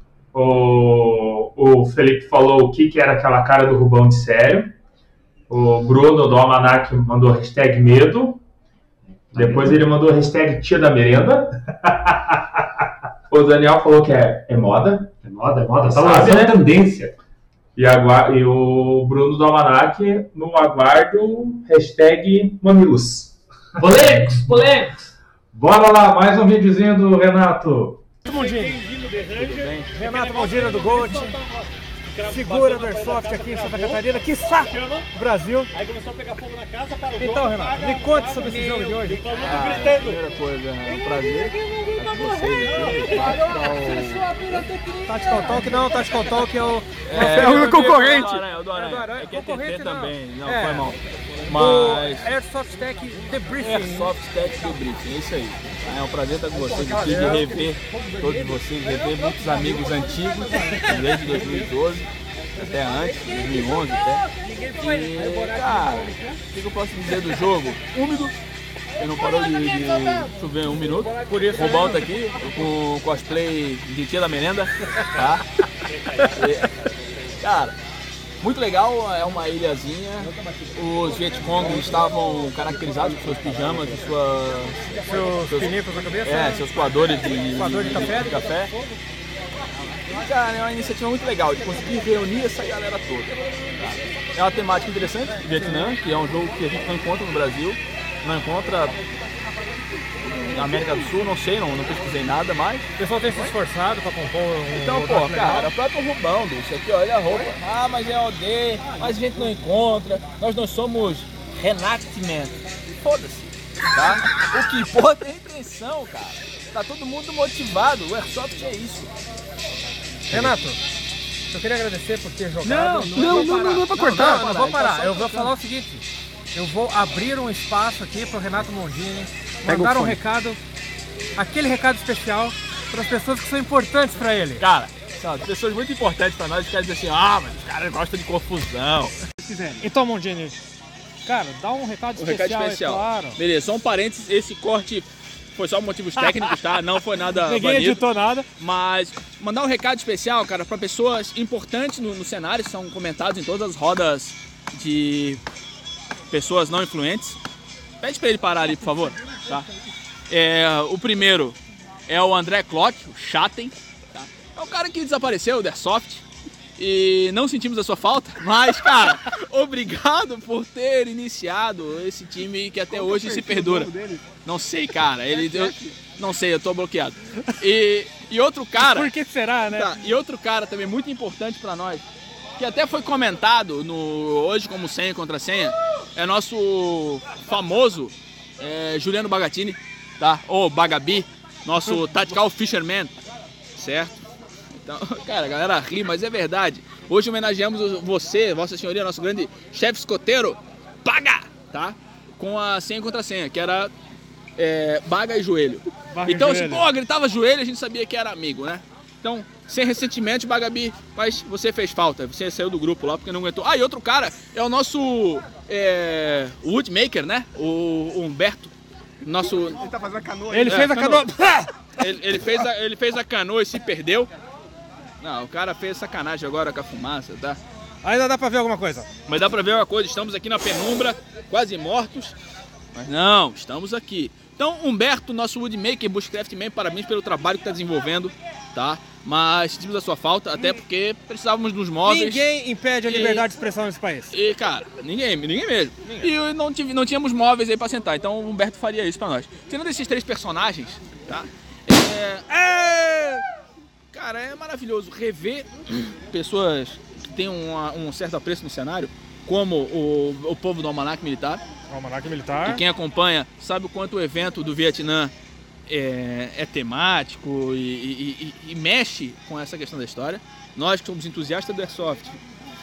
O Felipe falou o que era aquela cara do Rubão de sério. O Bruno do Almanac mandou hashtag medo. Depois ele mandou hashtag tia da merenda. O Daniel falou que é moda. É moda. Tá Sabe, lançando né? tendência. E o Bruno do Almanac no aguardo hashtag mamilos. Polêmicos. Bora lá, mais um videozinho do Renato. Renato Mondini do Gold, figura do Airsoft aqui em Santa Catarina, quiçá Brasil. Aí começou a pegar fogo na casa, para o Então, jogo, Renato, me conte sobre esse jogo de hoje. Primeira coisa, é um prazer estar com vocês aqui. Tactical Talk não, Tactical Talk é o o concorrente. É do Aranha. É que é concorrente TT não. também, não, É. foi mal. O Mas Airsoft Tech Debriefing. Airsoft Tech Debriefing, é isso aí. É um prazer estar com vocês aqui, de rever todos vocês, rever muitos amigos antigos, desde 2012, até antes, 2011 até. E, cara, o que eu posso dizer do jogo? Úmido. Ele não parou de chover 1 minuto. Por isso, o Rubão tá aqui com cosplay de tia da merenda, tá? E, cara, muito legal, é uma ilhazinha. Os Vietcong estavam caracterizados com seus pijamas e seus pinicos na cabeça? seus coadores de café. E, cara, é uma iniciativa muito legal de conseguir reunir essa galera toda. Tá? É uma temática interessante, Vietnã, que é um jogo que a gente não encontra no Brasil, não encontra na América do Sul, não sei, não pesquisei nada mais. O pessoal tem se esforçado pra compor um... Então, pô, cara, o próprio Rubão, bicho, aqui, olha a roupa. Ah, mas é OD, mas a gente não encontra, nós não somos Renactment. Foda-se, tá? O que importa é a intenção, cara. Tá todo mundo motivado, o Airsoft é isso. Renato, eu queria agradecer por ter jogado. Não é pra cortar. Não vou parar, eu vou falar o seguinte. Eu vou abrir um espaço aqui pro Renato Mondini, mandar um recado, aquele recado especial para as pessoas que são importantes para ele. Cara, são pessoas muito importantes para nós que querem dizer assim, mas os caras gostam de confusão. Então, Mondini, cara, dá um recado especial. É claro. Beleza, só um parênteses, esse corte foi só motivos técnicos, tá? Não foi nada Ninguém banido, editou nada. Mas mandar um recado especial, cara, para pessoas importantes no cenário, que são comentados em todas as rodas de pessoas não influentes. Pede pra ele parar ali, por favor, tá? O primeiro é o André Clock, o Chaten, tá? É um cara que desapareceu do Airsoft e não sentimos a sua falta, mas, cara, obrigado por ter iniciado esse time que até hoje se perdura. Não sei, cara, não sei, eu tô bloqueado. E outro cara... Por que será, né? Tá, e outro cara também muito importante pra nós, que até foi comentado hoje como senha contra senha, é nosso famoso Juliano Bagatini, tá? Ou Bagabi, nosso Tactical Fisherman, certo? Então, cara, a galera ri, mas é verdade. Hoje homenageamos você, Vossa Senhoria, nosso grande chefe escoteiro, Baga, tá? Com a senha contra senha, que era Baga e Joelho. Então, se gritava joelho, a gente sabia que era amigo, né? Então, sem ressentimento, Bagabi, mas você fez falta, você saiu do grupo lá porque não aguentou. E outro cara é o nosso Woodmaker, né? O Humberto. Nosso... Ele tá fazendo a canoa. Ele fez a canoa. Ele fez a canoa e se perdeu. Não, o cara fez sacanagem agora com a fumaça, tá? Ainda dá pra ver alguma coisa. Mas dá pra ver uma coisa, estamos aqui na penumbra, quase mortos. Mas não, estamos aqui. Então, Humberto, nosso Woodmaker, Bushcraftman, parabéns pelo trabalho que está desenvolvendo, tá? Mas sentimos a sua falta, até porque precisávamos dos móveis. Ninguém impede a liberdade de expressão nesse país. E, cara, ninguém mesmo. E não tínhamos móveis aí pra sentar, então o Humberto faria isso pra nós. Tirando esses 3 personagens, tá? Cara, é maravilhoso rever pessoas que têm um certo apreço no cenário, como o povo do Almanac Militar. Almanac Militar. E quem acompanha sabe o quanto o evento do Vietnã é temático e mexe com essa questão da história. Nós que somos entusiastas do Airsoft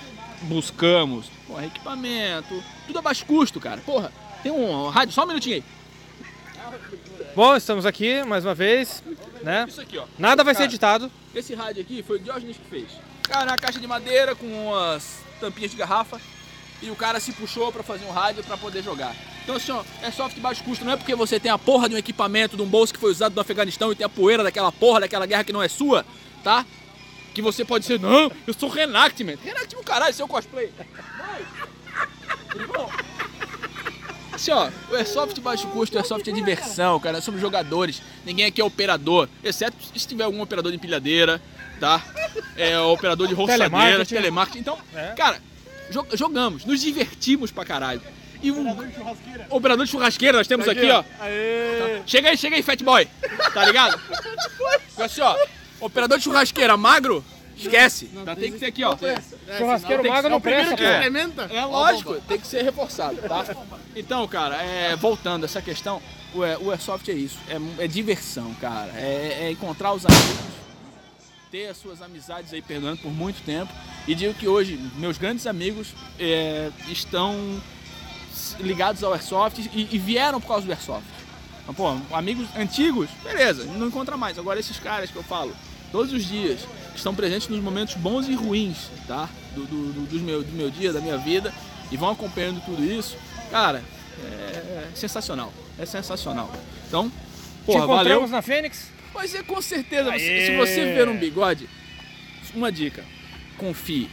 buscamos, porra, equipamento, tudo a baixo custo, cara. Porra, tem um rádio, só um minutinho aí. Bom, estamos aqui mais uma vez, né? Isso aqui, ó. Nada vai ser Cara, editado. Esse rádio aqui foi o Diógenes que fez. Cara, uma caixa de madeira com umas tampinhas de garrafa e o cara se puxou pra fazer um rádio pra poder jogar. Então assim, ó, é soft de baixo custo, não é porque você tem a porra de um equipamento, de um bolso que foi usado no Afeganistão e tem a poeira daquela porra, daquela guerra que não é sua, tá? Que você pode ser, não, eu sou reenactment. Reenactment, caralho, seu cosplay. Irmão, assim, ó, o Airsoft de baixo custo, o Airsoft é diversão, cara, somos jogadores, ninguém aqui é operador, exceto se tiver algum operador de empilhadeira, tá? É operador de roçadeira, telemarketing. Então, cara, jogamos, nos divertimos pra caralho. E operador de churrasqueira nós temos aqui, ó. Aê. Chega aí, fat boy. Tá ligado? Assim, ó, operador de churrasqueira magro, esquece. Tem que ser aqui, ó. Churrasqueiro magro não presta, pô. É lógico, tem que ser reforçado, tá? Então, cara, voltando a essa questão, o Airsoft é isso, é diversão, cara. É encontrar os amigos, ter as suas amizades aí perdurando por muito tempo. E digo que hoje, meus grandes amigos estão ligados ao Airsoft e vieram por causa do Airsoft. Então, pô, amigos antigos, beleza, não encontra mais. Agora esses caras que eu falo, todos os dias, estão presentes nos momentos bons e ruins, tá? Do meu dia, da minha vida, e vão acompanhando tudo isso. Cara, é sensacional. É sensacional. Então, porra, valeu. Na Fênix? Pois é, com certeza. Se você ver um bigode, uma dica, confie.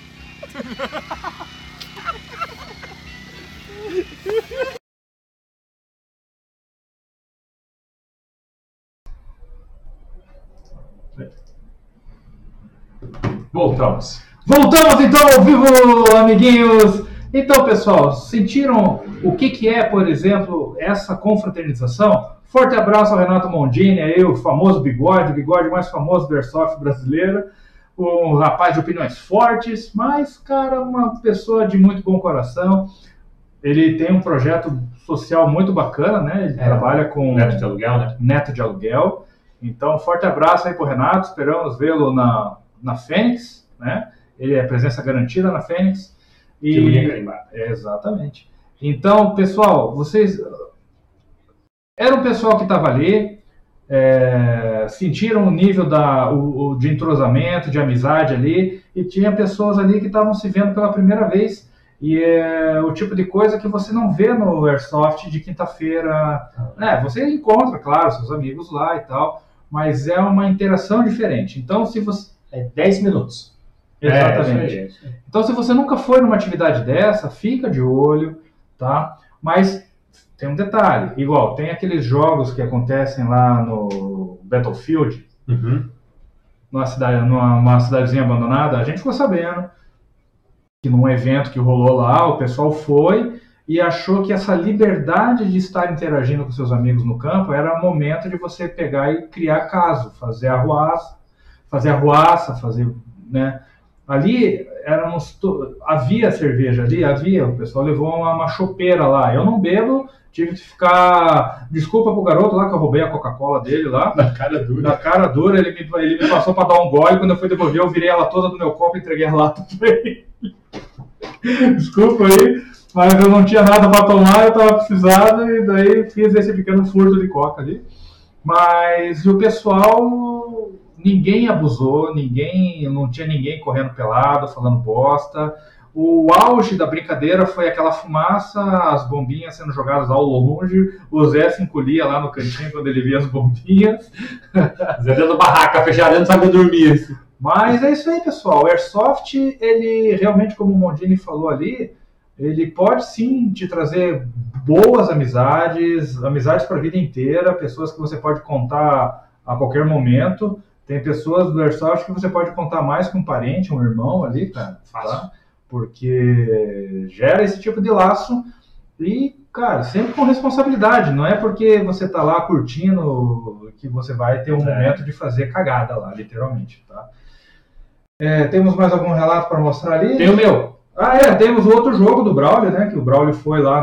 Voltamos então ao vivo, amiguinhos. Então, pessoal, sentiram o que é, por exemplo, essa confraternização? Forte abraço ao Renato Mondini, aí, o famoso bigode, o bigode mais famoso do Airsoft brasileiro, um rapaz de opiniões fortes, mas, cara, uma pessoa de muito bom coração. Ele tem um projeto social muito bacana, né? Ele trabalha com neto de aluguel, né? Neto de aluguel. Então, forte abraço aí pro Renato, esperamos vê-lo na Fênix, né? Ele é presença garantida na Fênix. Exatamente. Então, pessoal, vocês... Era um pessoal que estava ali, sentiram o nível de entrosamento, de amizade ali, e tinha pessoas ali que estavam se vendo pela primeira vez. E é o tipo de coisa que você não vê no Airsoft de quinta-feira. Você encontra, claro, seus amigos lá e tal, mas é uma interação diferente. Então, se você... 10 minutos. Exatamente. Então, se você nunca foi numa atividade dessa, fica de olho, tá? Mas tem um detalhe, igual, tem aqueles jogos que acontecem lá no Battlefield, numa cidadezinha abandonada, a gente ficou sabendo que num evento que rolou lá, o pessoal foi e achou que essa liberdade de estar interagindo com seus amigos no campo era o momento de você pegar e criar caso, fazer arruaça, né? Ali havia cerveja ali, o pessoal levou uma chopeira lá. Eu não bebo, tive que ficar... Desculpa pro garoto lá que eu roubei a Coca-Cola dele lá. Na cara dura. Ele me passou para dar um gole, quando eu fui devolver eu virei ela toda do meu copo e entreguei a lata pra ele. Desculpa aí, mas eu não tinha nada para tomar, eu tava precisado e daí fiz esse pequeno furto de coca ali. Mas o pessoal... Ninguém abusou, não tinha ninguém correndo pelado, falando bosta. O auge da brincadeira foi aquela fumaça, as bombinhas sendo jogadas ao longe. O Zé se encolhia lá no cantinho quando ele via as bombinhas. Zé dentro da barraca, fechado, não sabia dormir. Mas é isso aí, pessoal. O Airsoft, ele realmente, como o Mondini falou ali, ele pode sim te trazer boas amizades para a vida inteira, pessoas que você pode contar a qualquer momento. Tem pessoas do Airsoft que você pode contar mais que um parente, um irmão ali, cara, tá? Porque gera esse tipo de laço e, cara, sempre com responsabilidade. Não é porque você tá lá curtindo que você vai ter um momento de fazer cagada lá, literalmente, tá? Temos mais algum relato para mostrar ali? Tem o meu. Temos o outro jogo do Braulio, né? Que o Braulio foi lá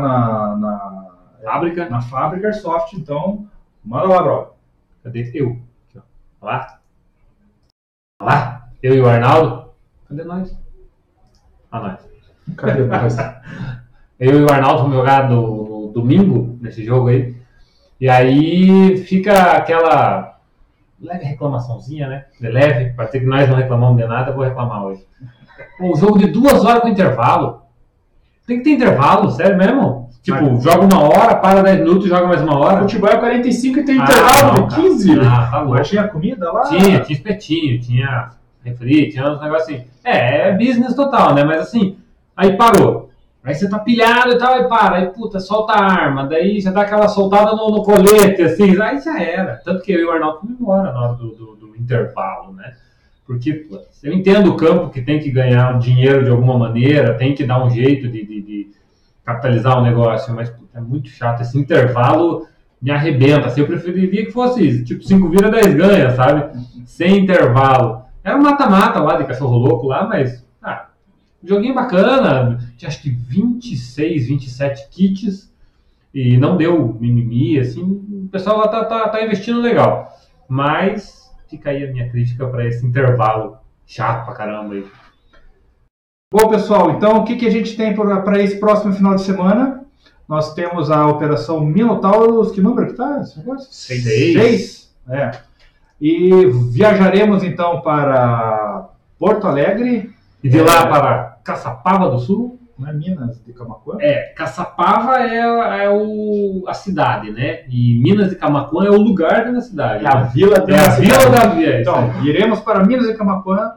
na fábrica Airsoft, então manda lá, Braulio. Cadê eu? Aqui, ó. Lá, eu e o Arnaldo. Cadê nós? Nós. Cadê nós? Eu e o Arnaldo vamos jogar no domingo, nesse jogo aí. E aí fica aquela leve reclamaçãozinha, né? De leve, para ter que nós não reclamamos de nada, eu vou reclamar hoje. Um jogo de 2 horas com intervalo. Tem que ter intervalo, sério mesmo? Tipo, joga 1 hora, para 10 minutos, joga mais 1 hora. Futebol é 45 e tem intervalo de 15. Tá louco. Mas tinha comida lá? Tinha espetinho, tinha refri, tinha uns negócios assim. É business total, né? Mas assim, aí parou. Aí você tá pilhado e tal, aí para. Aí, puta, solta a arma. Daí você dá aquela soltada no colete, assim. Aí já era. Tanto que eu e o Arnaldo fomos embora na hora do intervalo, né? Porque pô, eu entendo o campo que tem que ganhar dinheiro de alguma maneira, tem que dar um jeito de capitalizar o negócio, mas puta, é muito chato. Esse intervalo me arrebenta. Assim, eu preferiria que fosse tipo 5 vira 10 ganha, sabe? Sem intervalo. Era um mata-mata lá de cachorro louco lá, mas joguinho bacana. Tinha acho que 26, 27 kits e não deu mimimi, assim. O pessoal lá tá investindo legal. Mas fica aí a minha crítica para esse intervalo chato pra caramba aí. Bom, pessoal, então o que a gente tem para esse próximo final de semana? Nós temos a Operação Minotauros. Que número que tá? 6. E viajaremos então para Porto Alegre. E de lá para Caçapava do Sul. Não é Minas de Camaquã? Caçapava é a cidade, né? E Minas de Camaquã é o lugar da cidade. É a vila da cidade. Então, iremos para Minas de Camaquã,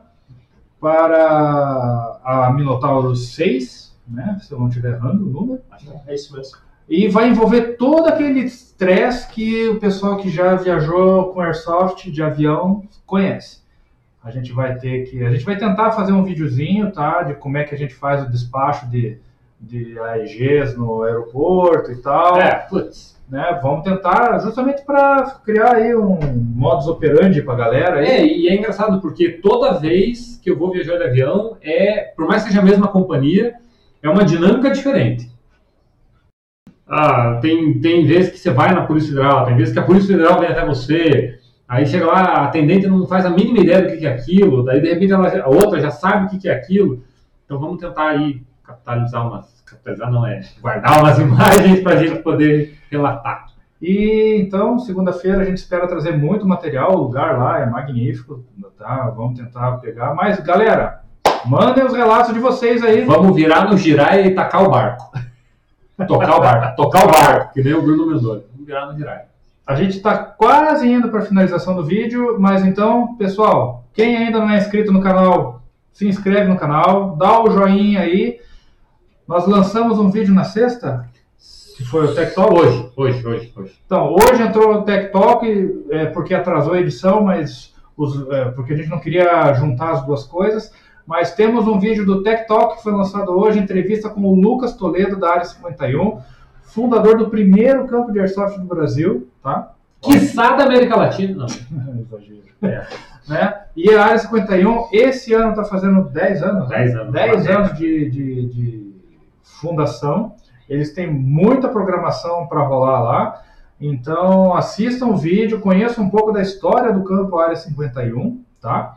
para a Minotauro 6, né? Se eu não estiver errando o número. É isso mesmo. E vai envolver todo aquele estresse que o pessoal que já viajou com Airsoft de avião conhece. A gente vai tentar fazer um videozinho, tá? De como é que a gente faz o despacho de AEGs no aeroporto e tal. Né? Vamos tentar justamente para criar aí um modus operandi para a galera. Aí. E é engraçado porque toda vez que eu vou viajar de avião, por mais que seja a mesma companhia, é uma dinâmica diferente. Tem vezes que você vai na Polícia Federal, tem vezes que a Polícia Federal vem até você. Aí chega lá, a atendente não faz a mínima ideia do que é aquilo, daí de repente a outra já sabe o que é aquilo. Então vamos tentar aí guardar umas imagens para a gente poder relatar. E então, segunda-feira a gente espera trazer muito material, o lugar lá é magnífico, tá? Vamos tentar pegar. Mas galera, mandem os relatos de vocês aí. Vamos virar no girai e tacar o barco. Tocar o barco, que nem o Bruno Mendonça. Vamos virar no girai. A gente está quase indo para a finalização do vídeo, mas então, pessoal, quem ainda não é inscrito no canal, se inscreve no canal, dá o joinha aí. Nós lançamos um vídeo na sexta, que foi o Tech Talk. Hoje. Então, hoje entrou o Tech Talk, porque atrasou a edição, mas porque a gente não queria juntar as duas coisas. Mas temos um vídeo do Tech Talk que foi lançado hoje, entrevista com o Lucas Toledo, da Área 51. Fundador do primeiro campo de Airsoft do Brasil, tá? Quiçá da América Latina, não. Exagero. Né? E a Área 51, esse ano está fazendo 10 anos. 10 anos. 10 anos de fundação. Eles têm muita programação para rolar lá. Então, assistam o vídeo, conheçam um pouco da história do campo Área 51, tá?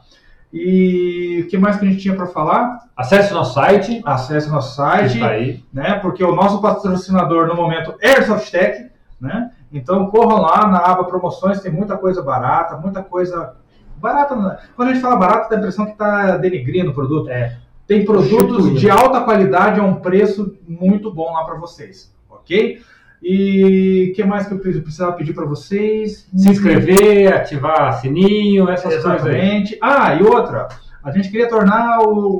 E o que mais que a gente tinha para falar? Acesse o nosso site. Está aí. Né? Porque o nosso patrocinador no momento é Airsoft Tech, né? Então corram lá na aba promoções, tem muita coisa barata, muita coisa barata. Né? Quando a gente fala barata, dá a impressão que está denegrindo o produto. Tem produtos de alta qualidade a um preço muito bom lá para vocês, ok? E o que mais que eu precisava pedir para vocês? Se inscrever, ativar sininho, essas coisas aí. E outra, a gente queria tornar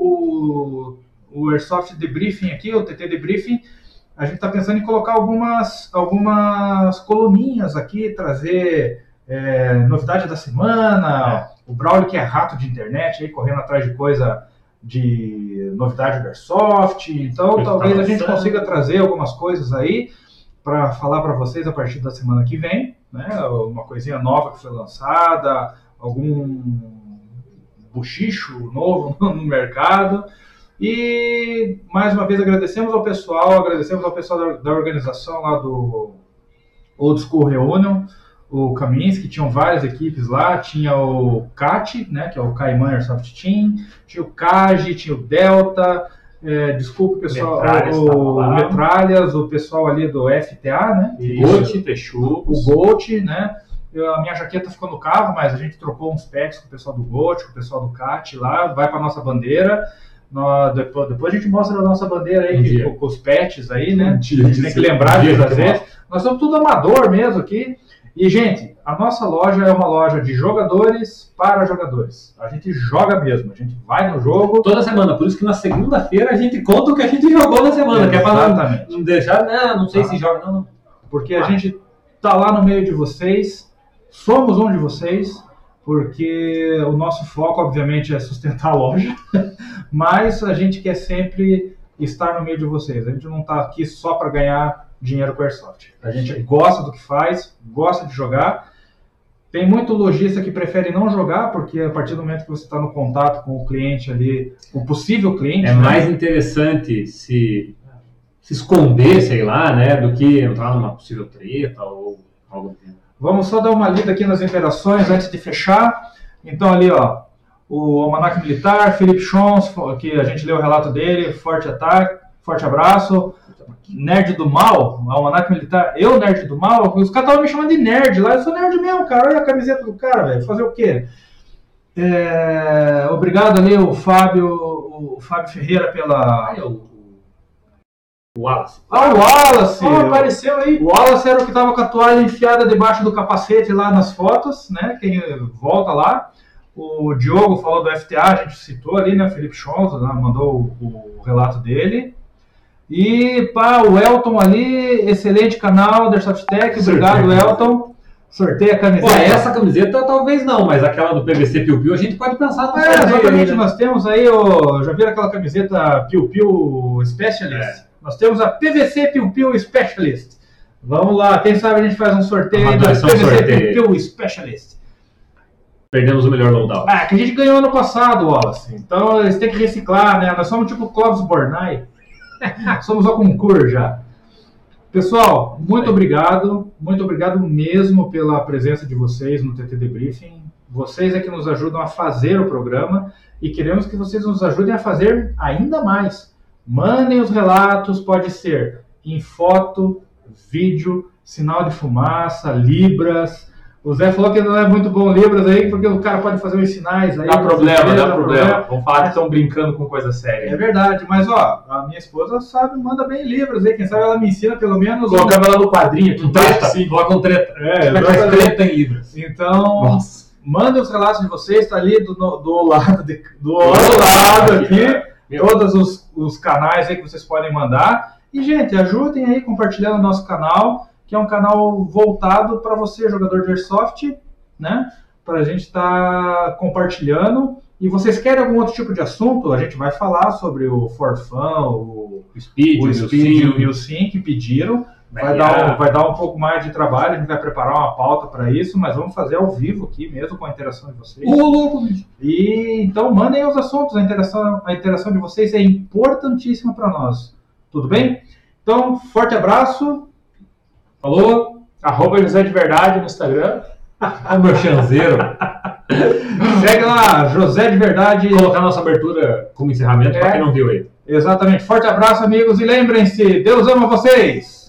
o Airsoft Debriefing aqui, o TT Debriefing, a gente está pensando em colocar algumas coluninhas aqui, trazer novidade da semana, o Braulio que é rato de internet, aí, correndo atrás de coisa de novidade do Airsoft, então talvez a gente consiga trazer algumas coisas aí, para falar para vocês a partir da semana que vem, né? Uma coisinha nova que foi lançada, algum buchicho novo no mercado. E mais uma vez agradecemos ao pessoal da organização lá do Old School Reunion, o Kaminsky, tinham várias equipes lá, tinha o CAT, né, que é o Caiman Airsoft Team, tinha o CAGE, tinha o Delta, Desculpa, pessoal, Metralhas, o Metralhas, o pessoal ali do FTA, né? Gold, Texugos. O Gold, né? A minha jaqueta ficou no carro, mas a gente trocou uns pets com o pessoal do Gold, com o pessoal do CAT lá, vai para nossa bandeira. Depois a gente mostra a nossa bandeira aí, com os pets aí, né? A gente tem que lembrar de trazer. Nós somos tudo amador mesmo aqui. E, gente, a nossa loja é uma loja de jogadores para jogadores. A gente joga mesmo, a gente vai no jogo. Toda semana, por isso que na segunda-feira a gente conta o que a gente jogou na semana. Que é para não deixar, não sei se joga, não. Porque a gente tá lá no meio de vocês, somos um de vocês, porque o nosso foco, obviamente, é sustentar a loja, mas a gente quer sempre estar no meio de vocês. A gente não tá aqui só para ganhar dinheiro com Airsoft. A gente gosta do que faz, gosta de jogar. Tem muito lojista que prefere não jogar, porque a partir do momento que você está no contato com o cliente ali, o possível cliente... É mais interessante se esconder, sei lá, né, do que entrar numa possível treta ou algo do tipo. Vamos só dar uma lida aqui nas interações antes de fechar. Então ali, ó, o Almanac Militar, Felipe Chons, que a gente leu o relato dele, forte ataque, forte abraço. Nerd do Mal, o Almanac Militar, eu nerd do mal, os caras estavam me chamando de nerd lá, eu sou nerd mesmo, cara, olha a camiseta do cara, velho, fazer o quê? Obrigado ali o Fábio Ferreira pela... O Wallace. O Wallace! Apareceu aí. O Wallace era o que estava com a toalha enfiada debaixo do capacete lá nas fotos, né, quem volta lá. O Diogo falou do FTA, a gente citou ali, né, Felipe Chons, né, mandou o relato dele. E o Elton ali, excelente canal da Airsoft Tech, obrigado Elton. Sorteia a camiseta. Essa camiseta talvez não, mas aquela do PVC Piu Piu a gente pode pensar no exatamente, né? Nós temos aí, já viram aquela camiseta Piu Piu Specialist? Nós temos a PVC Piu Piu Specialist. Vamos lá, quem sabe a gente faz um sorteio aí da PVC Piu Piu Specialist. Perdemos o melhor loadout. Que a gente ganhou ano passado, Wallace. Então eles têm que reciclar, né? Nós somos tipo Clóvis Bornai. Somos ao concurso já. Pessoal, muito obrigado mesmo pela presença de vocês no TT Debriefing. Vocês é que nos ajudam a fazer o programa e queremos que vocês nos ajudem a fazer ainda mais. Mandem os relatos, pode ser em foto, vídeo, sinal de fumaça, libras. O Zé falou que não é muito bom libras aí, porque o cara pode fazer uns sinais aí. Dá problema. Vamos falar que estão brincando com coisa séria. É verdade, mas a minha esposa sabe, manda bem libras aí. Quem sabe ela me ensina pelo menos. Colocando ela no quadrinho, com treta, sim, coloca com treta. Treta em libras. Então, mandem os relatos de vocês, tá ali do outro lado aqui. Todos os canais aí que vocês podem mandar. E, gente, ajudem aí compartilhando o nosso canal, que é um canal voltado para você, jogador de Airsoft, né? Para a gente estar compartilhando. E vocês querem algum outro tipo de assunto? A gente vai falar sobre o Forfã, o Speed e o Sim que pediram. Vai dar um pouco mais de trabalho, a gente vai preparar uma pauta para isso, mas vamos fazer ao vivo aqui mesmo com a interação de vocês. E então mandem os assuntos, a interação de vocês é importantíssima para nós. Tudo bem? Então, forte abraço. Falou, @José de Verdade no Instagram. O meu chanzeiro. Segue lá, José de Verdade. Colocar nossa abertura como encerramento para quem não viu aí. Exatamente. Forte abraço, amigos, e lembrem-se, Deus ama vocês!